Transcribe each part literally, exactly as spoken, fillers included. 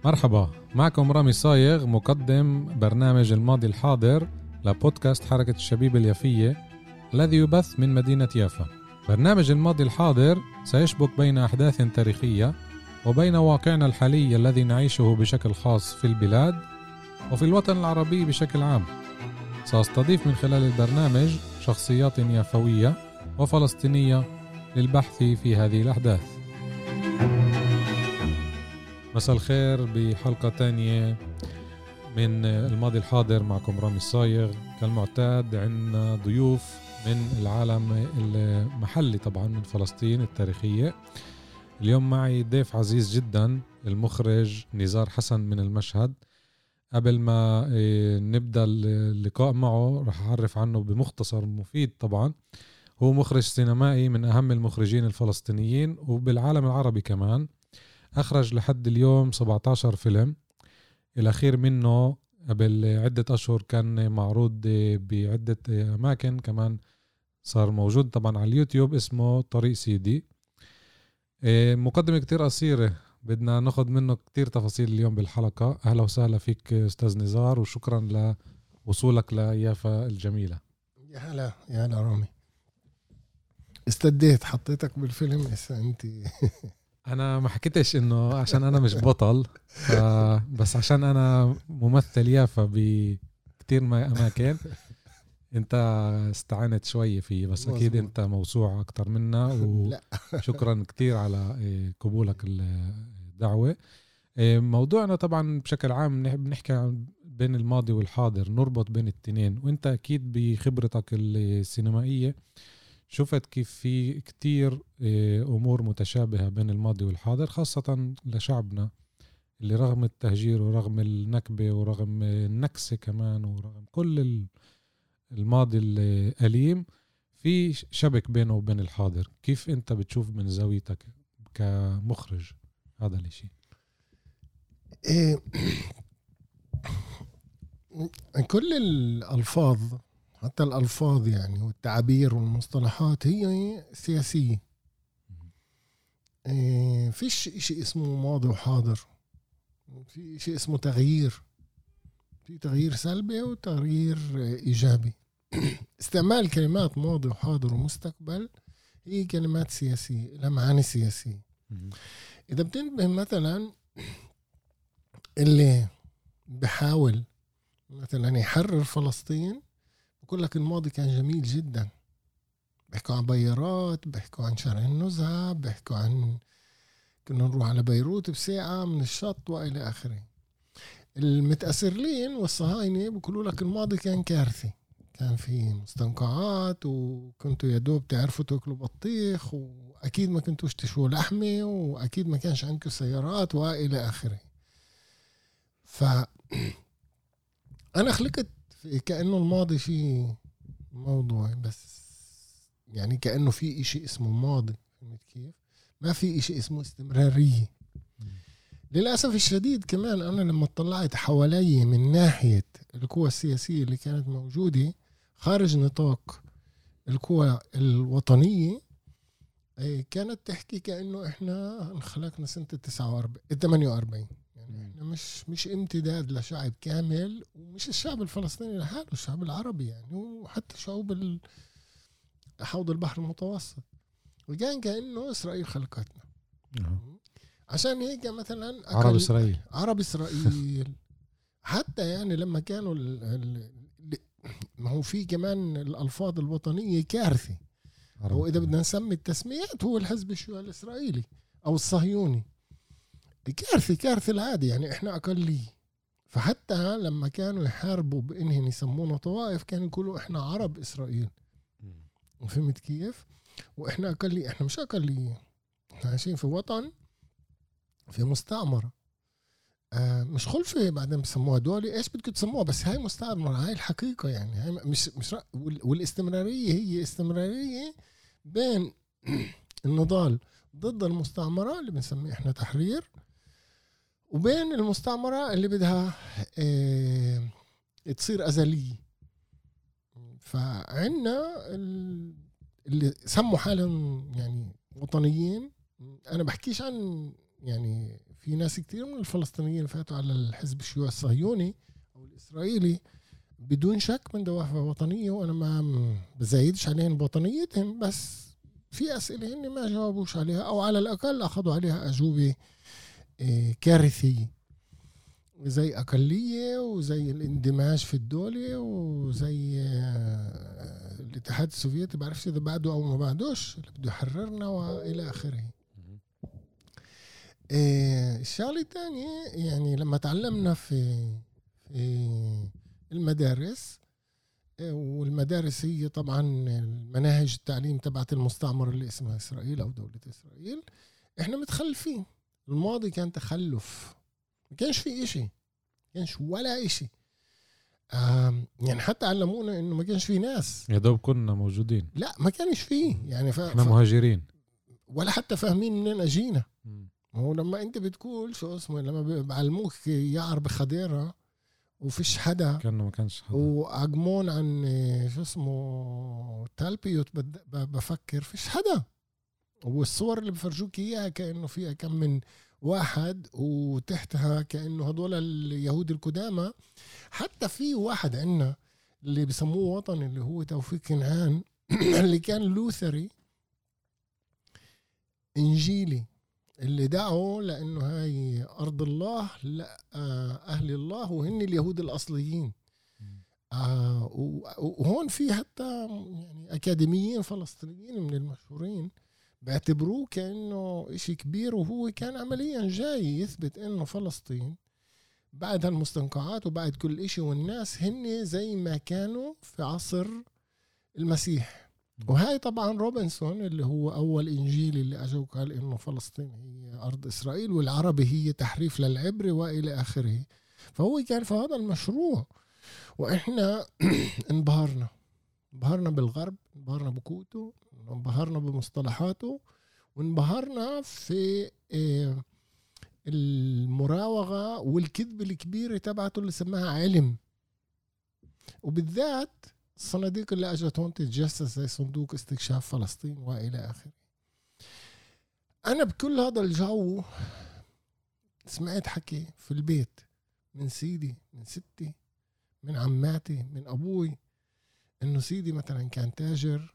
مرحبا، معكم رامي صايغ مقدم برنامج الماضي الحاضر لبودكاست حركة الشبيبة اليافية الذي يبث من مدينة يافا. برنامج الماضي الحاضر سيشبك بين أحداث تاريخية وبين واقعنا الحالي الذي نعيشه بشكل خاص في البلاد وفي الوطن العربي بشكل عام. سأستضيف من خلال البرنامج شخصيات يافوية وفلسطينية للبحث في هذه الأحداث. مساء الخير بحلقة تانية من الماضي الحاضر. معكم رامي الصايغ. كالمعتاد عندنا ضيوف من العالم المحلي طبعا من فلسطين التاريخية. اليوم معي ضيف عزيز جدا، المخرج نزار حسن من المشهد. قبل ما نبدأ اللقاء معه رح أعرف عنه بمختصر مفيد. طبعا هو مخرج سينمائي من أهم المخرجين الفلسطينيين وبالعالم العربي كمان. أخرج لحد اليوم سبعة عشر فيلم، الأخير منه قبل عدة أشهر كان معروض بعدة أماكن، كمان صار موجود طبعا على اليوتيوب، اسمه طريق سيدي. مقدمة كتير قصيرة، بدنا ناخد منه كتير تفاصيل اليوم بالحلقة. أهلا وسهلا فيك أستاذ نزار، وشكرا لوصولك ليافا الجميلة. يا هلا يا هلا رامي، استديت حطيتك بالفيلم. انت انا ما حكيتش انه عشان انا مش بطل، بس عشان انا ممثل يافا بكتير اماكن انت استعنت شوي فيه، بس مزبوط. اكيد انت موسوعة اكتر منا، وشكرا كتير على قبولك الدعوة. موضوعنا طبعا بشكل عام بنحكي عن بين الماضي والحاضر، نربط بين التنين، وانت اكيد بخبرتك السينمائية شفت كيف في كتير أمور متشابهة بين الماضي والحاضر، خاصة لشعبنا اللي رغم التهجير ورغم النكبة ورغم النكسة كمان ورغم كل الماضي الأليم في شبك بينه وبين الحاضر. كيف أنت بتشوف من زاويتك كمخرج هذا الاشي؟ كل الألفاظ، حتى الألفاظ يعني والتعابير والمصطلحات هي سياسية. إيه، فيش شيء اسمه ماضي وحاضر، في شيء اسمه تغيير، في تغيير سلبي وتغيير إيجابي. استعمال كلمات ماضي وحاضر ومستقبل هي كلمات سياسية لها معاني سياسية. إذا بتنتبه مثلا اللي بحاول مثلا يحرر فلسطين بقول لك الماضي كان جميل جدا، بيحكوا عن بيارات، بيحكوا عن شارع النزهة، بيحكوا عن كنا نروح على بيروت بساعة من الشط وإلى آخره. المتأثرين والصهاينة بيقولوا لك الماضي كان كارثي، كان في مستنقعات وكنتوا يدوب تعرفوا تاكلوا بطيخ، وأكيد ما كنتوش تشووا لحمة، وأكيد ما كانش عندكم سيارات وإلى آخره. ف أنا خلقت كأنه الماضي شيء موضوع، بس يعني كأنه في إشي اسمه ماضي، فهمت كيف؟ ما في إشي اسمه استمرارية. للأسف الشديد كمان أنا لما طلعت حوالي من ناحية القوى السياسية اللي كانت موجودة خارج نطاق القوى الوطنية، كانت تحكي كأنه إحنا انخلقنا سنة تسعة وأربعين ثمانية وأربعين، يعني إحنا مش مش امتداد لشعب كامل، ومش الشعب الفلسطيني لحاله، الشعب العربي يعني، وحتى شعوب حوض البحر المتوسط. وكان كأنه إسرائيل خلقتنا. عشان هيك مثلا عرب إسرائيل عرب إسرائيل حتى يعني لما كانوا ال ال ما هو في كمان الألفاظ الوطنية كارثة، أو إذا بدنا نسمي التسميات هو الحزب الشيوعي الإسرائيلي أو الصهيوني. كارثة كارثة العادي، يعني إحنا أقلية. فحتى لما كانوا يحاربوا بإنهم يسمونا طوائف كانوا يقولوا إحنا عرب إسرائيل. فهمت كيف؟ وإحنا أقلية، إحنا مش أقلية، إحنا عايشين في وطن في مستعمرة. آه مش خلفة بعدين بسموها دولة، إيش بدكم تسموها، بس هاي مستعمرة، هاي الحقيقة يعني. هاي مش مش والاستمرارية هي استمرارية بين النضال ضد المستعمرة اللي بنسميه إحنا تحرير، وبين المستعمرة اللي بدها اه تصير أزلية. فعنا اللي سموا حالهم يعني وطنيين. أنا بحكيش عن يعني في ناس كتير من الفلسطينيين فاتوا على الحزب الشيوعي الصهيوني أو الإسرائيلي بدون شك من دوافع وطنية، وأنا ما بزايدش عليهم وطنيتهم، بس في أسئلة هن ما جاوبوش عليها أو على الأقل أخذوا عليها أجوبة كارثية، زي أقلية وزي الاندماج في الدولة وزي الاتحاد السوفيتي بعرفش إذا بعده أو ما بعدوش اللي بده يحررنا وإلى آخره. الشغلة الثانية يعني لما تعلمنا في في المدارس، والمدارس هي طبعا المناهج التعليم تبعت المستعمر اللي اسمها إسرائيل أو دولة إسرائيل، إحنا متخلفين. الماضي كان تخلف، ما كانش في إشي، ما كانش ولا إشي. يعني حتى علمونا إنه ما كانش في ناس، يا دوب كنا موجودين، لا ما كانش فيه يعني ف... إحنا مهاجرين ولا حتى فاهمين منين أجينا. هو لما أنت بتقول شو اسمه، لما بعلموك يعر بخديرة وفيش حدا كانه ما كانش حدا، وعجمون عن شو اسمه تالبيوت بفكر فيش حدا، والصور اللي بفرجوك اياها كأنه فيها كم من واحد وتحتها كأنه هدول اليهود القدامى. حتى في واحد عنا اللي بسموه وطن اللي هو توفيق كنعان اللي كان لوثري انجيلي، اللي دعوا لأنه هاي أرض الله، لا أهل الله وهن اليهود الأصليين. آه وهون في حتى يعني أكاديميين فلسطينيين من المشهورين باعتبروه كأنه إشي كبير، وهو كان عمليا جاي يثبت إنه فلسطين بعد هالمستنقعات وبعد كل إشي والناس هن زي ما كانوا في عصر المسيح. وهاي طبعا روبنسون اللي هو أول إنجيل اللي أجوا قال إنه فلسطين هي أرض إسرائيل والعربي هي تحريف للعبري وإلى آخره. فهو كان في هذا المشروع، وإحنا انبهرنا انبهرنا بالغرب، انبهرنا بقوته، انبهرنا بمصطلحاته، وانبهرنا في المراوغة والكذب الكبيرة تبعته اللي سماها علم، وبالذات الصناديق اللي اجت هون تتجسس زي صندوق استكشاف فلسطين والى اخره. انا بكل هذا الجو سمعت حكي في البيت من سيدي، من ستي، من عماتي، من ابوي، انه سيدي مثلا كان تاجر،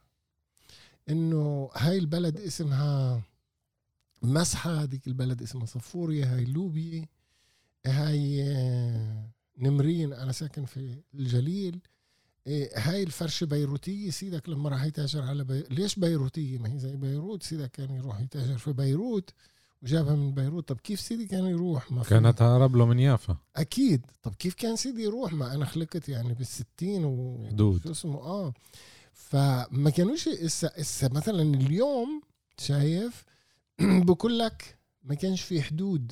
انه هاي البلد اسمها مسحة، هذيك البلد اسمها صفوريا، هاي لوبيا، هاي نمرين، انا ساكن في الجليل، هاي الفرشة بيروتية. سيدك لما راح يتاجر على بي... ليش بيروتية؟ ما هي زي بيروت. سيدك كان يروح يتاجر في بيروت وجابها من بيروت. طب كيف سيدي كان يروح؟ ما كانت هرب له من يافا أكيد. طب كيف كان سيدي يروح؟ ما أنا خلقت يعني بالستين وحدود شو اسمه آه فما كانوش إسا, إسا مثلا اليوم شايف بقول لك ما كانش في حدود.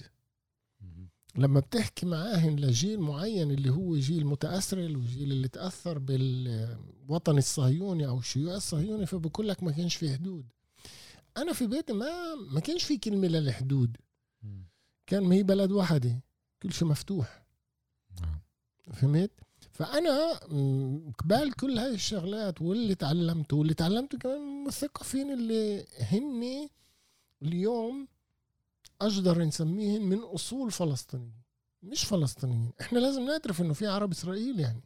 لما بتحكي معاهن لجيل معين اللي هو جيل متأثرل وجيل اللي تأثر بالوطن الصهيوني أو الشيوع الصهيوني، فبقول لك ما كانش في حدود. أنا في بيتي ما ما كانش في كلمة للحدود، كان ما هي بلد واحدة كل شيء مفتوح. فهمت؟ فأنا قبال كل هاي الشغلات واللي تعلمته واللي تعلمته كمان مثقفين اللي هني اليوم أقدر نسميهن من أصول فلسطينية مش فلسطينيين. إحنا لازم نعترف إنه في عرب إسرائيل، يعني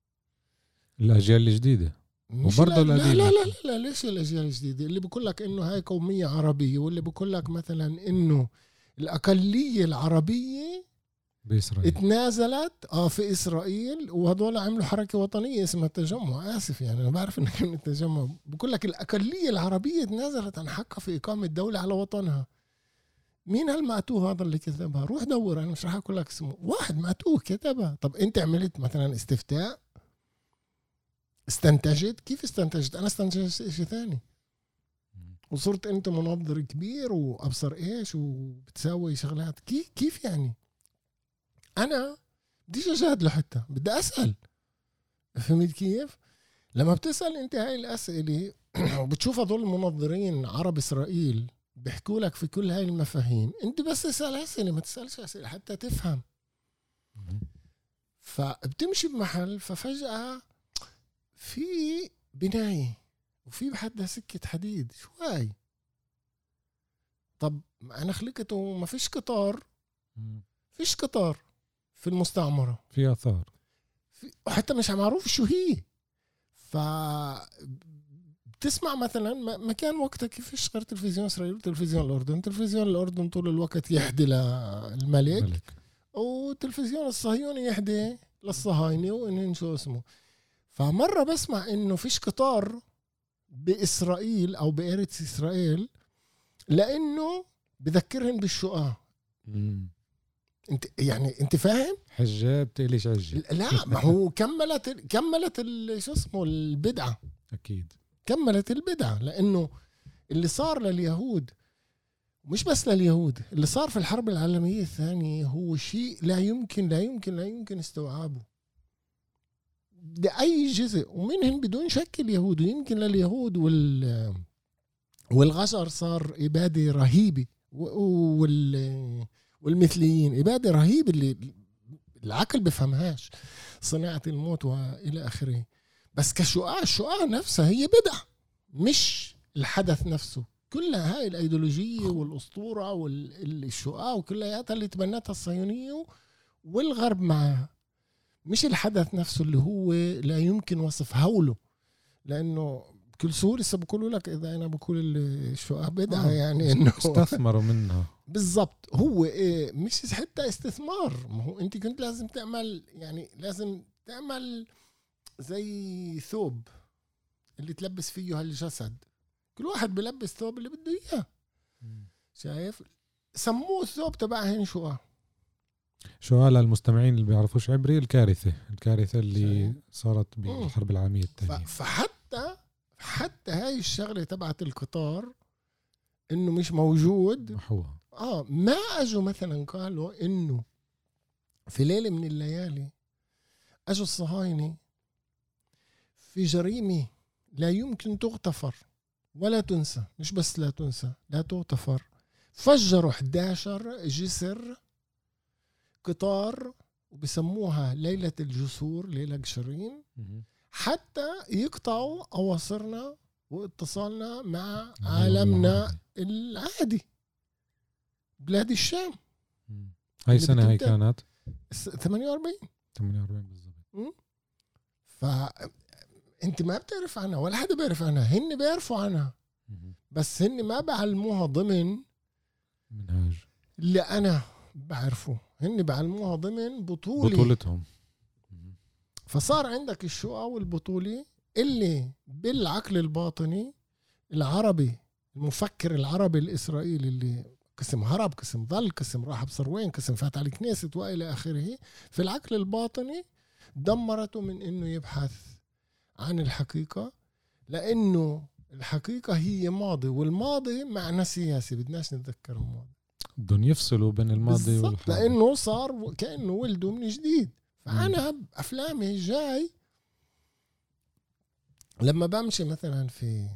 الأجيال الجديدة وبرضه لا لا, لا لا لا ليش الأجيال الجديدة اللي بقول لك إنه هاي قومية عربية، واللي بقول لك مثلا إنه الأقلية العربية بإسرائيل اتنازلت آه في إسرائيل، وهذول عملوا حركة وطنية اسمها التجمع. آسف يعني أنا بعرف إنه كان التجمع. بقول لك الأقلية العربية اتنازلت عن حقها في إقامة دولة على وطنها. مين هالمعتوه هذا اللي كتبها؟ روح دور، أنا مش رح أقول لك اسمه. واحد معتوه كتبها. طب أنت عملت مثلا استفتاء؟ استنتجت؟ كيف استنتجت؟ أنا استنتجت شيء ثاني، وصرت أنت منظر كبير وأبصر إيش وبتسوي شغلات. كيف كيف يعني؟ أنا بديش أجادله، حتى بدي أسأل. فهمت كيف؟ لما بتسأل أنت هاي الأسئلة وبتشوف هذول المنظرين عرب إسرائيل بيحكوا لك في كل هاي المفاهيم، انت بس اسأل أسئلة، ما تسألش أسئلة حتى تفهم. فبتمشي بمحل ففجأة في بناية وفي بحدها سكة حديد، شو هاي؟ طب أنا خلقته ما فيش قطار مم. فيش قطار في المستعمرة في آثار في وحتى مش معروف شو هي. ف بتسمع مثلا مكان وقتها كيفش غير تلفزيون إسرائيل وتلفزيون الأردن. تلفزيون الأردن طول الوقت يحدي للملك ملك. وتلفزيون الصهيوني يحدي للصهاينة وإنهن شو اسمه. فمرة بسمع إنه فيش قطار بإسرائيل أو بأرض إسرائيل لأنه بذكرهم بالشقاق. مم. انت يعني انت فاهم حجاب تقليش عجة. لا ما هو كملت كملت شو اسمه البدعة. أكيد كملت البدعة لأنه اللي صار لليهود مش بس لليهود اللي صار في الحرب العالمية الثانية هو شيء لا يمكن لا يمكن لا يمكن استوعابه لأي جزء ومنهم بدون شك اليهود. ويمكن لليهود وال والغشر صار إبادة رهيبة وال والمثليين إبادة رهيبة اللي العقل بفهمهاش صناعة الموت وإلى آخره. بس كشقاع الشقاع نفسها هي بدعة مش الحدث نفسه. كلها هاي الأيديولوجية والأسطورة والشقاع وكلها اللي تبنتها الصهيونية والغرب معها مش الحدث نفسه اللي هو لا يمكن وصف هوله. لأنه بكل سهولة بقولوا لك إذا أنا بقول الشقاع بدعة يعني إنه استثمروا منها بالضبط. هو إيه مش حتى استثمار. ما هو أنت كنت لازم تعمل يعني لازم تعمل زي ثوب اللي تلبس فيه هالجسد. كل واحد بلبس ثوب اللي بده إياه. شايف سموه الثوب تبعهن شقاع. شو قال المستمعين اللي بيعرفوش عبري الكارثة الكارثة اللي شايف. صارت بالحرب العالمية الثانية. فحتى حتى هاي الشغلة تبعت القطار إنه مش موجود محوها. آه ما أجوا مثلا قالوا إنه في ليلة من الليالي أجوا الصهاينة في جريمة لا يمكن تغتفر ولا تنسى. مش بس لا تنسى لا تغتفر. فجروا إحدى عشر جسر قطار وبسموها ليلة الجسور ليلة قشرين حتى يقطعوا أواصرنا واتصالنا مع عالمنا العادي بلاد الشام. هاي سنة هاي كانت ثمانية وأربعين ثمانية وأربعين بالضبط. فأنت ما بتعرف عنها ولا حدا بيعرف عنها. هن بيعرفوا عنها بس هن ما بعلموها ضمن منهاج اللي أنا بعرفه. هن بعلموها ضمن بطولة بطولتهم. فصار عندك الشقة والبطولة اللي بالعقل الباطني العربي المفكر العربي الإسرائيلي اللي قسم هرب قسم ضل قسم راح بصروين قسم فات على الكنيسة وإلى آخره. في العقل الباطني دمرته من إنه يبحث عن الحقيقة لأنه الحقيقة هي ماضي والماضي معنى سياسي بدناش نتذكر الماضي. بدهم يفصلوا بين الماضي والحاضر لأنه صار كأنه ولده من جديد. فأنا بأفلامي الجاي لما بمشي مثلا في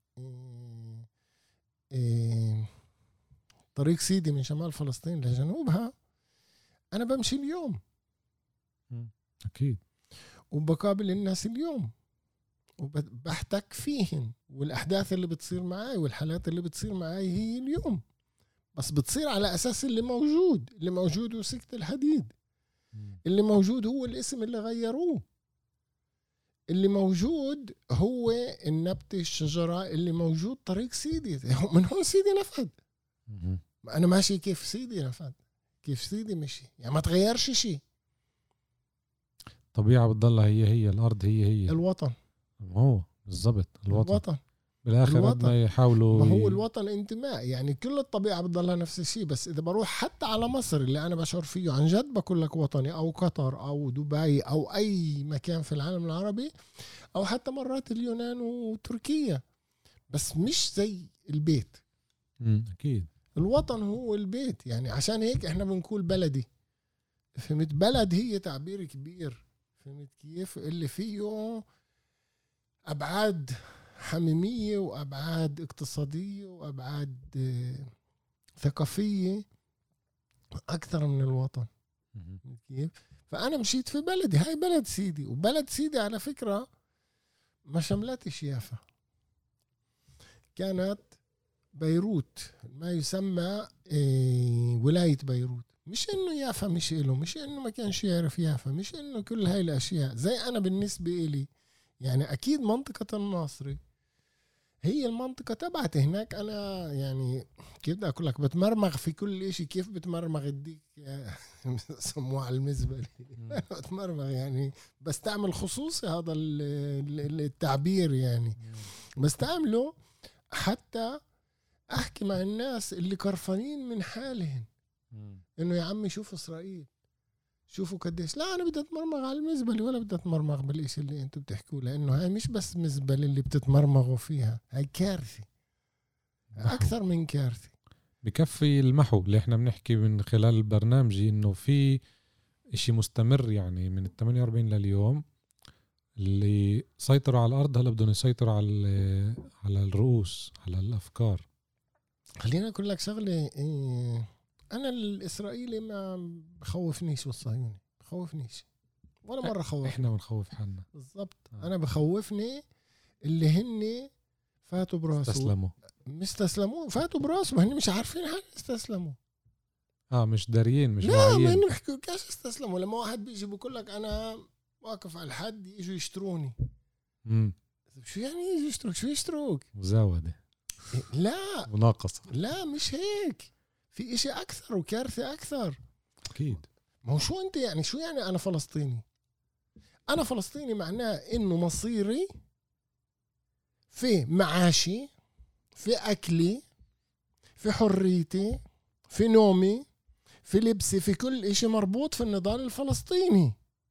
طريق سيدي من شمال فلسطين لجنوبها أنا بمشي اليوم أكيد وبقابل الناس اليوم وبحتك فيهم والأحداث اللي بتصير معاي والحالات اللي بتصير معاي هي اليوم. بس بتصير على أساس اللي موجود اللي موجود وسكة الحديد اللي موجود هو الاسم اللي غيروه. اللي موجود هو النبت الشجرة اللي موجود طريق سيدي. من هون سيدي نفد. أنا ماشي كيف سيدي نفد كيف سيدي مشي يعني ما تغيرش شيء. طبيعة بتضلها هي هي الأرض هي هي الوطن هو بالضبط الوطن, الوطن. بالآخر الوطن. ما يحاولوا ما هو الوطن انتماء يعني كل الطبيعة بتضلها نفس الشيء. بس إذا بروح حتى على مصر اللي أنا بشعر فيه عن جد بقول لك وطني أو قطر أو دبي أو أي مكان في العالم العربي أو حتى مرات اليونان وتركيا بس مش زي البيت. أكيد الوطن هو البيت يعني عشان هيك إحنا بنقول بلدي. فهمت بلد هي تعبير كبير. فهمت كيف اللي فيه أبعاد حميمية وأبعاد اقتصادية وأبعاد ثقافية أكثر من الوطن. كيف؟ فأنا مشيت في بلدي هاي بلد سيدي. وبلد سيدي على فكرة ما شملتش يافا كانت بيروت ما يسمى إيه ولاية بيروت. مش انه يافا مش إله، مش انه ما كانش يعرف يافا، مش انه كل هاي الاشياء. زي انا بالنسبة إلي يعني اكيد منطقة الناصري هي المنطقة تبعت هناك. انا يعني كيف بدي اقول لك بتمرمغ في كل اشي. كيف بتمرمغ الديك سموه على المزبلة بتمرمغ يعني بستعمل خصوصي هذا التعبير يعني بستعمله حتى احكي مع الناس اللي كرفانين من حالهم انه يا عمي شوفوا اسرائيل شوفوا قديش. لا انا بدي اتمرمغ على المزبله ولا بدي اتمرمغ بالشيء اللي انتم بتحكوا، لانه هاي مش بس مزبله اللي بتتمرمغوا فيها، هاي كارثه اكثر من كارثه. بكفي المحو اللي احنا بنحكي من خلال البرنامج انه في اشي مستمر يعني من الثمانية وأربعين لليوم. اللي سيطروا على الارض هلا بدهم يسيطروا على على الرؤوس على الافكار. خلينا اقول لك شغله إيه، انا الاسرائيلي ما بخوفنيش والصهيوني بخوفنيش ولا مره خوف. احنا بنخوف حالنا بالضبط. آه. انا بخوفني اللي هن فاتوا براسه استسلموا مستسلموا فاتوا براسهم، هن مش عارفين حاجه استسلموا. اه مش داريين مش لا واعيين. لا ما بيحكوا كاش استسلموا. لما واحد بيجي بقول لك انا واقف على الحد يجوا يشتروني. امم شو يعني يجوا يشتروك؟ شو يشتروك؟ مزاوده لا مناقصه. لا مش هيك، في اشي اكثر وكارثه اكثر. اكيد. ما هو شو انت يعني شو يعني انا فلسطيني؟ انا فلسطيني معناه انه مصيري في معاشي، في اكلي، في حريتي، في نومي، في لبسي، في كل اشي مربوط في النضال الفلسطيني.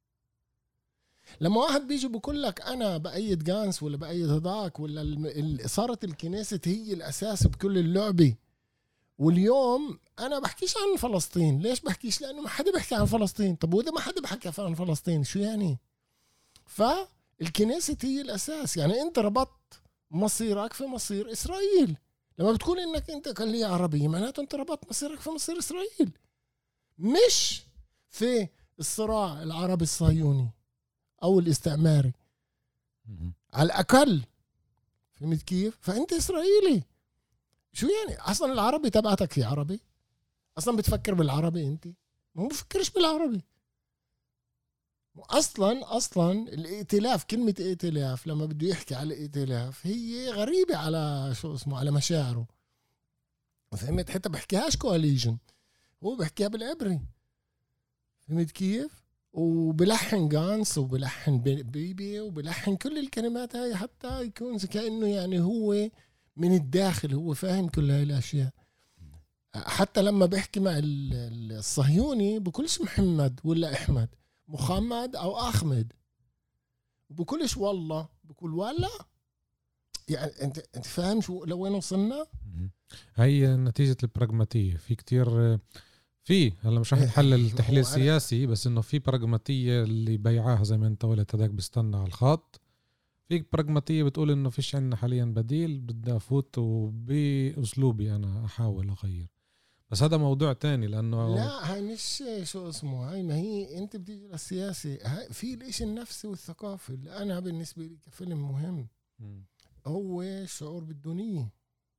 لما واحد بيجي بقول لك انا بأيد جانس ولا بأيد هداك ولا صارت الكنيسة هي الاساس بكل اللعبة، واليوم انا بحكيش عن فلسطين. ليش بحكيش؟ لانه ما حدا بيحكي عن فلسطين. طب واذا ما حدا بحكي عن فلسطين شو يعني؟ فالكنيسة هي الاساس. يعني انت ربطت مصيرك في مصير اسرائيل. لما بتقول انك انت كلية عربية معناته انت ربطت مصيرك في مصير اسرائيل، مش في الصراع العربي الصهيوني او الاستعماري على الاقل. فهمت كيف؟ فانت اسرائيلي. شو يعني اصلا العربي تبعتك في عربي؟ اصلا بتفكر بالعربي انت؟ ما بفكرش بالعربي اصلا. اصلا الائتلاف، كلمه ائتلاف لما بده يحكي على الائتلاف هي غريبه على شو اسمه على مشاعره. فهمت؟ حتى بحكيهاش كواليجن، هو بحكيها بالعبري. فهمت كيف؟ وبلحن جانس وبلحن بيبي وبلحن كل الكلمات هاي حتى يكون كأنه يعني هو من الداخل هو فاهم كل هاي الأشياء. حتى لما بحكي مع الصهيوني بقولش محمد ولا أحمد، محمد أو أحمد، بقولش والله، بقول والله. يعني أنت أنت فاهم شو لوين وصلنا؟ هي نتيجة البراغماتية. في كتير في هلا مش رح نحلل التحليل السياسي، بس انه في براغماتيه اللي بيعاها زي ما انت قلت هذاك بيستنى على الخط. في براغماتيه بتقول انه فيش عندنا حاليا بديل، بدي افوت وباسلوبي انا احاول اغير. بس هذا موضوع تاني لانه لا هاي مش شو اسمه هاي. ما هي انت بتيجي للسياسي، هاي في الاشي النفسي والثقافي اللي انا بالنسبه لي كفيلم مهم م. هو الشعور بالدونيه.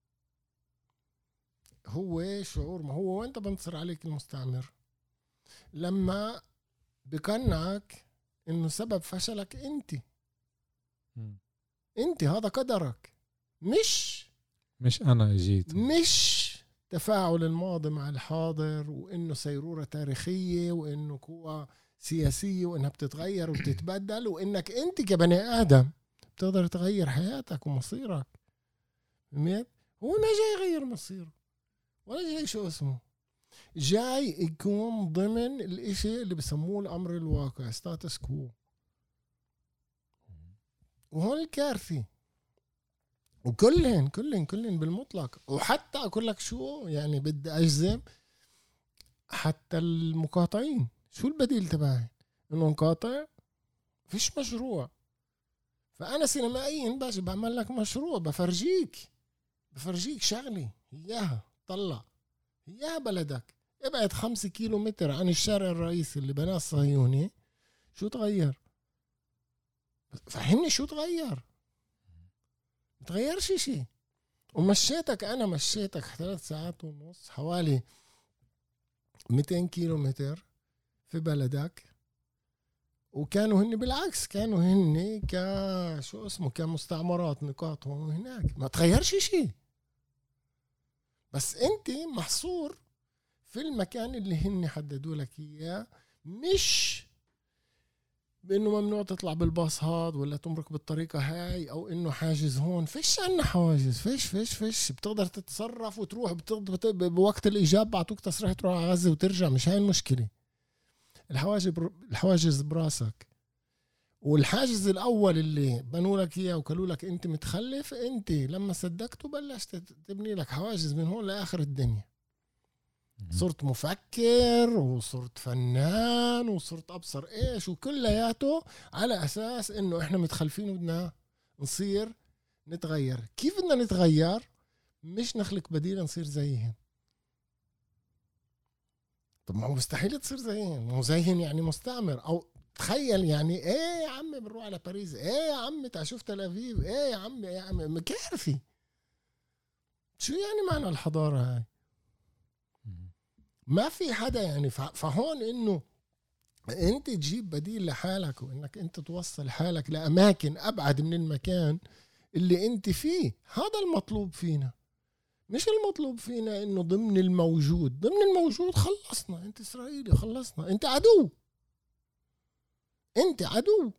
هو شعور، ما هو وانت بنتصر عليك المستعمر لما بقنعك انه سبب فشلك انت م. انت هذا قدرك، مش مش انا اجيت، مش تفاعل الماضي مع الحاضر، وانه سيرورة تاريخية، وانه قوة سياسية، وانها بتتغير وبتتبدل، وانك انت كبني ادم بتقدر تغير حياتك ومصيرك. فهمت؟ هو ما جاي يغير مصيره ولا جاي شو اسمه، جاي يكون ضمن الاشي اللي بسموه الامر الواقع، ستاتس كو. وهون الكارثة. وكلهن كلهن كلهن بالمطلق. وحتى اقول لك شو يعني بدي اجزم، حتى المقاطعين شو البديل تبعي؟ انه نقاطع، فيش مشروع. فانا سينمائيا باجي بعمل لك مشروع، بفرجيك بفرجيك شغلي اياها، طلع اياها بلدك، ابعد خمسة كيلو متر عن الشارع الرئيسي اللي بناه الصهيوني، شو تغير؟ فهمني شو تغير؟ تغيرش شيء. ومشيتك أنا مشيتك ثلاث ساعات ونص حوالي مئتين كيلو متر في بلدك، وكانوا هن بالعكس كانوا هن ك شو اسمه كمستعمرات نقاطهم هناك، ما تغيرش شيء، بس انت محصور في المكان اللي هن حددوا لك اياه، مش بانه ممنوع تطلع بالباص هاد ولا تمرك بالطريقه هاي، او انه حاجز هون. فيش عنا حواجز، فيش فيش فيش بتقدر تتصرف وتروح بتقدر بوقت الاجابه بعطوك تصريح تروح على غزه وترجع، مش هاي المشكله. الحواجز الحواجز براسك. والحاجز الاول اللي بنوا لك اياه وقالوا لك انت متخلف، انت لما صدقته بلشت تبني لك حواجز من هون لاخر الدنيا. صرت مفكر وصرت فنان وصرت ابصر ايش، وكلياته على اساس انه احنا متخلفين وبدنا نصير نتغير. كيف بدنا نتغير؟ مش نخلق بديل نصير زيهم. طب ما هو مستحيل تصير زيهم، ما هو زيهم يعني مستعمر. او تخيل يعني ايه يا عم بنروح على باريس، ايه يا عم تعال شوف تل ابيب، ايه يا عم يا عم كارثي. شو يعني معنى الحضاره هاي؟ ما في حدا يعني. فهون انه انت تجيب بديل لحالك، وانك انت توصل حالك لاماكن ابعد من المكان اللي انت فيه، هذا المطلوب فينا. مش المطلوب فينا انه ضمن الموجود، ضمن الموجود خلصنا. انت اسرائيلي خلصنا، انت عدو، انت عدو.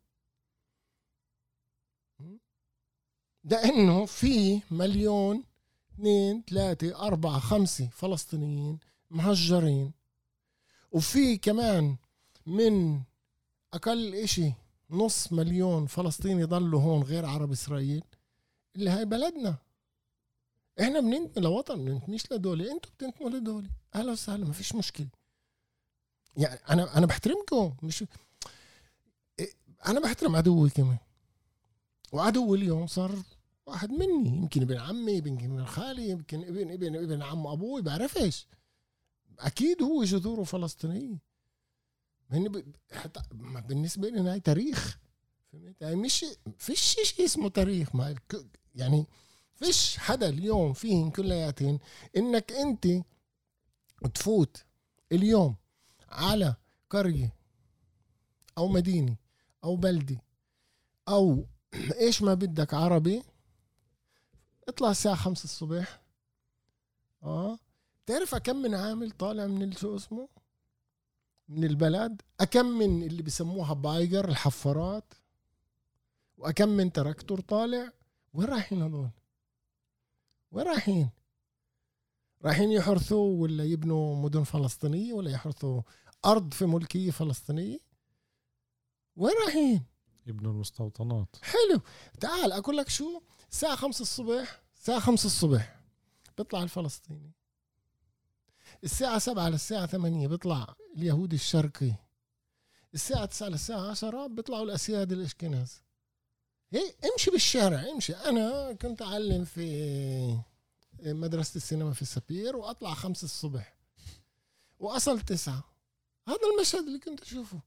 ده انه في مليون اثنين ثلاثة أربعة خمسة فلسطينيين مهجرين، وفي كمان من أقل إشي نص مليون فلسطيني ضلوا هون غير عرب إسرائيل، اللي هاي بلدنا. إحنا بننتمي لوطن، بننتميش لدولة. أنتوا بتنتموا لدولة، أهلا وسهلا، ما فيش مشكلة. يعني أنا أنا بحترمكم، مش أنا بحترم عدوي كمان، وعدوي اليوم صار واحد مني، يمكن ابن عمي، يمكن ابن خالي، يمكن ابن ابن ابن عم أبوي، بعرفش. أكيد هو جذوره فلسطينية. حتى بالنسبة لنا هاي تاريخ، يعني مش فيش شيء اسمه تاريخ. ما يعني فيش حدا اليوم فيهن كلياتهن إنك أنت تفوت اليوم على قرية أو مدينة أو بلدة أو إيش ما بدك عربي، اطلع الساعة خمسة الصبح. آه تعرف أكم من عامل طالع من شو اسمه من البلد، أكم من اللي بيسموها بايجر الحفارات، وأكم من تراكتور طالع. وين رايحين هذول؟ وين رايحين؟ رايحين يحرثوا ولا يبنوا مدن فلسطينية ولا يحرثوا أرض في ملكية فلسطينية؟ وين رايحين؟ يبنوا المستوطنات. حلو. تعال أقول لك شو، الساعة خمسة الصبح، الساعة خمسة الصبح بيطلع الفلسطيني، الساعة سبعة للساعة ثمانية بيطلع اليهودي الشرقي، الساعة تسعة للساعة عشرة بيطلعوا الأسياد الإشكناز. هي امشي بالشارع، امشي. أنا كنت أعلم في مدرسة السينما في السبير، وأطلع خمسة الصبح وأصل تسعة. هذا المشهد اللي كنت أشوفه.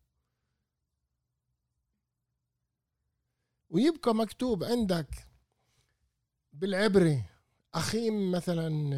ويبقى مكتوب عندك بالعبري أخيم مثلا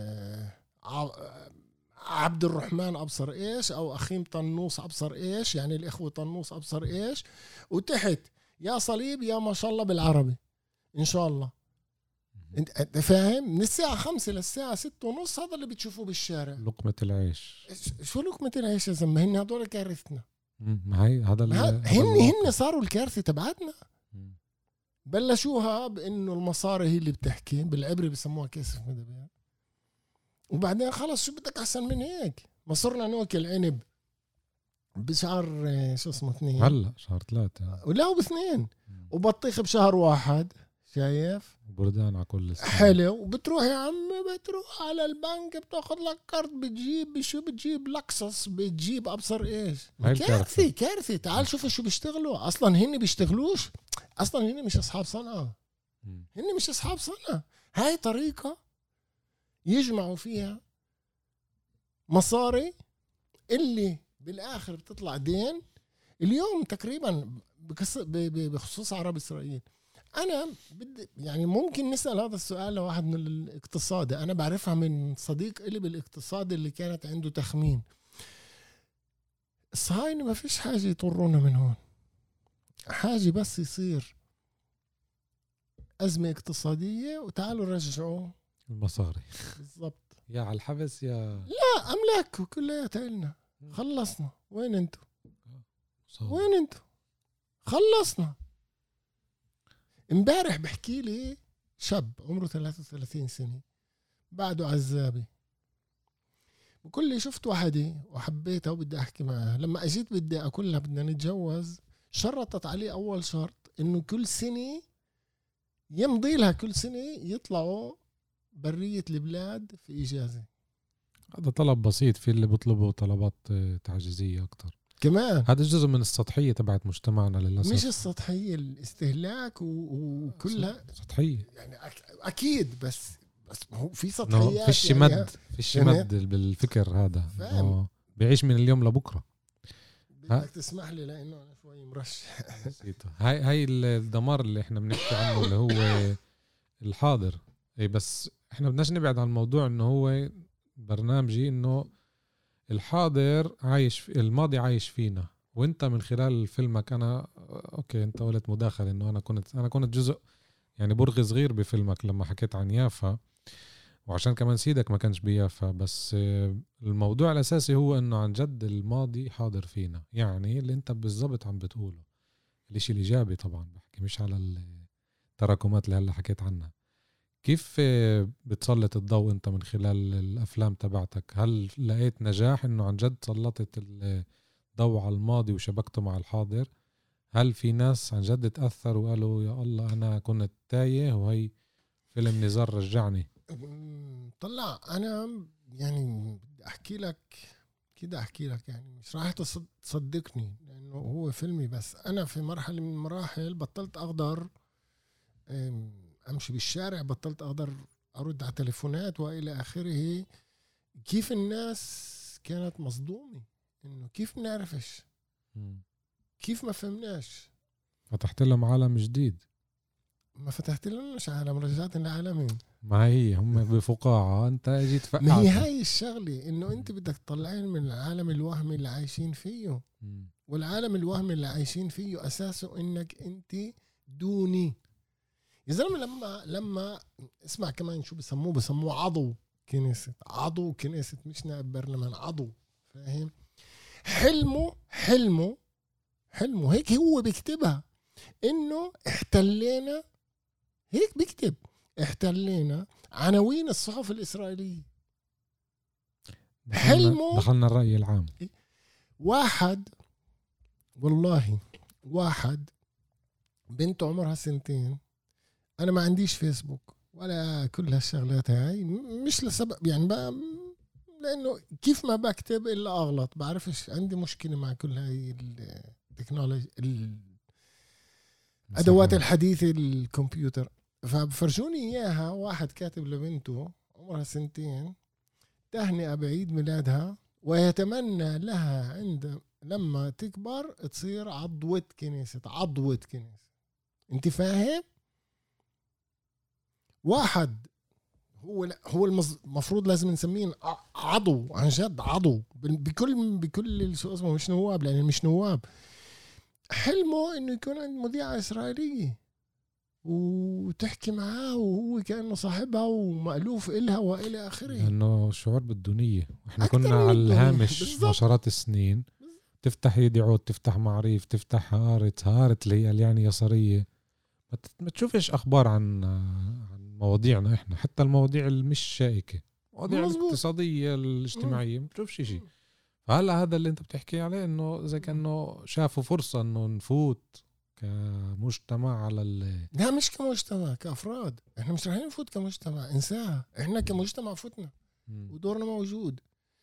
عبد الرحمن أبصر إيش، أو أخيم طنوس أبصر إيش، يعني الإخوة طنوس أبصر إيش، وتحت يا صليب يا ما شاء الله بالعربي إن شاء الله. انت فاهم؟ من الساعة خمسة للساعة ستة ونص هذا اللي بتشوفوه بالشارع، لقمة العيش. شو لقمة العيش يا زلمة؟ هن هدول كارثتنا. هاي هذا هن هن صاروا الكارثة تبعتنا. بلشوها بانه المصاري هي اللي بتحكي، بالعبري بسموها كسف مدبيع، وبعدين خلص شو بدك احسن من هيك؟ ما صرنا ناكل عنب بشهر شو اسمه اثنين، هلا شهر ثلاثة ولا باثنين، وبطيخ بشهر واحد. شايف؟ وبردان على كل السنة. حلو. وبتروح يا عمي بتروح على البنك بتاخذ لك كارت، بتجيب بشو بتجيب لكسس، بتجيب ابصر ايش. كارثه كارثه. تعال شوف شو بيشتغلوا اصلا. هن بيشتغلوش اصلا، هن مش اصحاب صنعه، هن مش اصحاب صنعه. هاي طريقه يجمعوا فيها مصاري اللي بالاخر بتطلع دين. اليوم تقريبا بخصوص عرب اسرائيل انا بدي يعني ممكن نسال هذا السؤال لواحد من الاقتصادي، انا بعرفها من صديق إلي بالاقتصاد اللي كانت عنده تخمين. الصهاينة ما فيش حاجه يطرونا من هون، حاجه بس يصير ازمه اقتصاديه وتعالوا رجعوا المصاري. بالضبط، يا على الحبس يا لا املاك كلها لنا، خلصنا. وين انتوا؟ وين انتوا؟ خلصنا. امبارح بحكي لي شاب عمره ثلاثة وثلاثين سنة بعده عزابي، بقول لي شفت واحدة وحبيتها وبدي احكي معها، لما اجيت بدي اقول لها بدنا نتجوز شرطت عليه اول شرط انه كل سنة يمضي لها، كل سنة يطلعوا برية البلاد في اجازة. هذا طلب بسيط، في اللي بيطلبوا طلبات تعجيزية اكتر كمان. هذا جزء من السطحية تبعت مجتمعنا للأسف. مش السطحية، الاستهلاك وكلها سطحية يعني أكيد، بس بس هو في سطحيات، فيش يعني مد فيش مد بالفكر هذا، بيعيش من اليوم لبكرة. بدك تسمح لي لأنه أنا شوي مرش. هاي هاي الدمار اللي احنا بنحكي عنه اللي هو الحاضر. اي بس احنا بدناش نبعد عن الموضوع انه هو برنامجي، انه الحاضر عايش في الماضي، عايش فينا. وانت من خلال فيلمك، انا اوكي انت قلت مداخله انه انا كنت انا كنت جزء يعني برغي صغير بفيلمك لما حكيت عن يافا، وعشان كمان سيدك ما كانش بيافا. بس الموضوع الاساسي هو انه عن جد الماضي حاضر فينا، يعني اللي انت بالضبط عم بتقوله الاشي الايجابي طبعا بحكي، مش على التراكمات اللي هلا حكيت عنها. كيف بتسلط الضوء انت من خلال الافلام تبعتك؟ هل لقيت نجاح انه عن جد سلطت الضوء على الماضي وشبكته مع الحاضر؟ هل في ناس عن جد تأثر وقالوا يا الله انا كنت تايه وهي فيلم نزار رجعني؟ طلع انا يعني بدي احكي لك كده، احكي لك يعني مش راح تصدقني لانه هو فيلمي، بس انا في مرحلة من المراحل بطلت اقدر امشي بالشارع، بطلت اقدر ارد على تليفونات والى اخره. كيف الناس كانت مصدومة انه كيف ما نعرفش، كيف ما فهمناش. فتحت لهم عالم جديد. ما فتحت لهمش عالم، رجعت لعالمين. ما هي هم بفقاعة، انت اجيت فقعت. ما هي هاي الشغلة، انه انت بدك تطلعين من العالم الوهمي اللي عايشين فيه. م. والعالم الوهمي اللي عايشين فيه اساسه انك انت دوني يا زلمه. لما لما اسمع كمان شو بسموه، بسموه عضو كنيسة، عضو كنيسة مش نائب برلمان، عضو. فاهم؟ حلمه حلمه حلمه هيك هو بيكتبها، انه احتلينا، هيك بيكتب احتلينا عناوين الصحف الإسرائيلية. حلمه دخلنا الرأي العام. واحد والله واحد بنته عمرها سنتين، انا ما عنديش فيسبوك ولا كل هالشغلات هاي، مش لسبب يعني بقى، لانه كيف ما بكتب الا اغلط، بعرفش، عندي مشكله مع كل هاي التكنولوجيا الادوات الحديثه الكمبيوتر. فبفرجوني اياها، واحد كاتب لبنته عمرها سنتين تهنئه بعيد ميلادها، ويتمنى لها عند لما تكبر تصير عضوة كنيسة، عضوة كنيسة. انت فاهم؟ واحد هو هو المفروض لازم نسميه عضو عن جد، عضو بكل بكل شو اسمه، مش نواب لان مش نواب. حلمه انه يكون عند مذيعة اسرائيلية وتحكي معاه وهو كأنه صاحبها ومألوف إلها وإلى آخره، لأنه شعور بالدنيا. إحنا كنا على الهامش عشرات السنين، تفتح يدعوت، تفتح معريف، تفتح هارت هارت اللي هي يعني يسارية، ما تشوفش أخبار عن عن مواضيعنا إحنا، حتى المواضيع المش شائكة، مواضيع الاقتصادية الاجتماعية ما تشوفش شيء. فهلا هذا اللي أنت بتحكي عليه، إنه زي كأنه شافوا فرصة إنه نفوت كمجتمع على ال لا مش كمجتمع، كأفراد. احنا مش رايحين نفوت كمجتمع، انساها. احنا كمجتمع فتنا ودورنا موجود.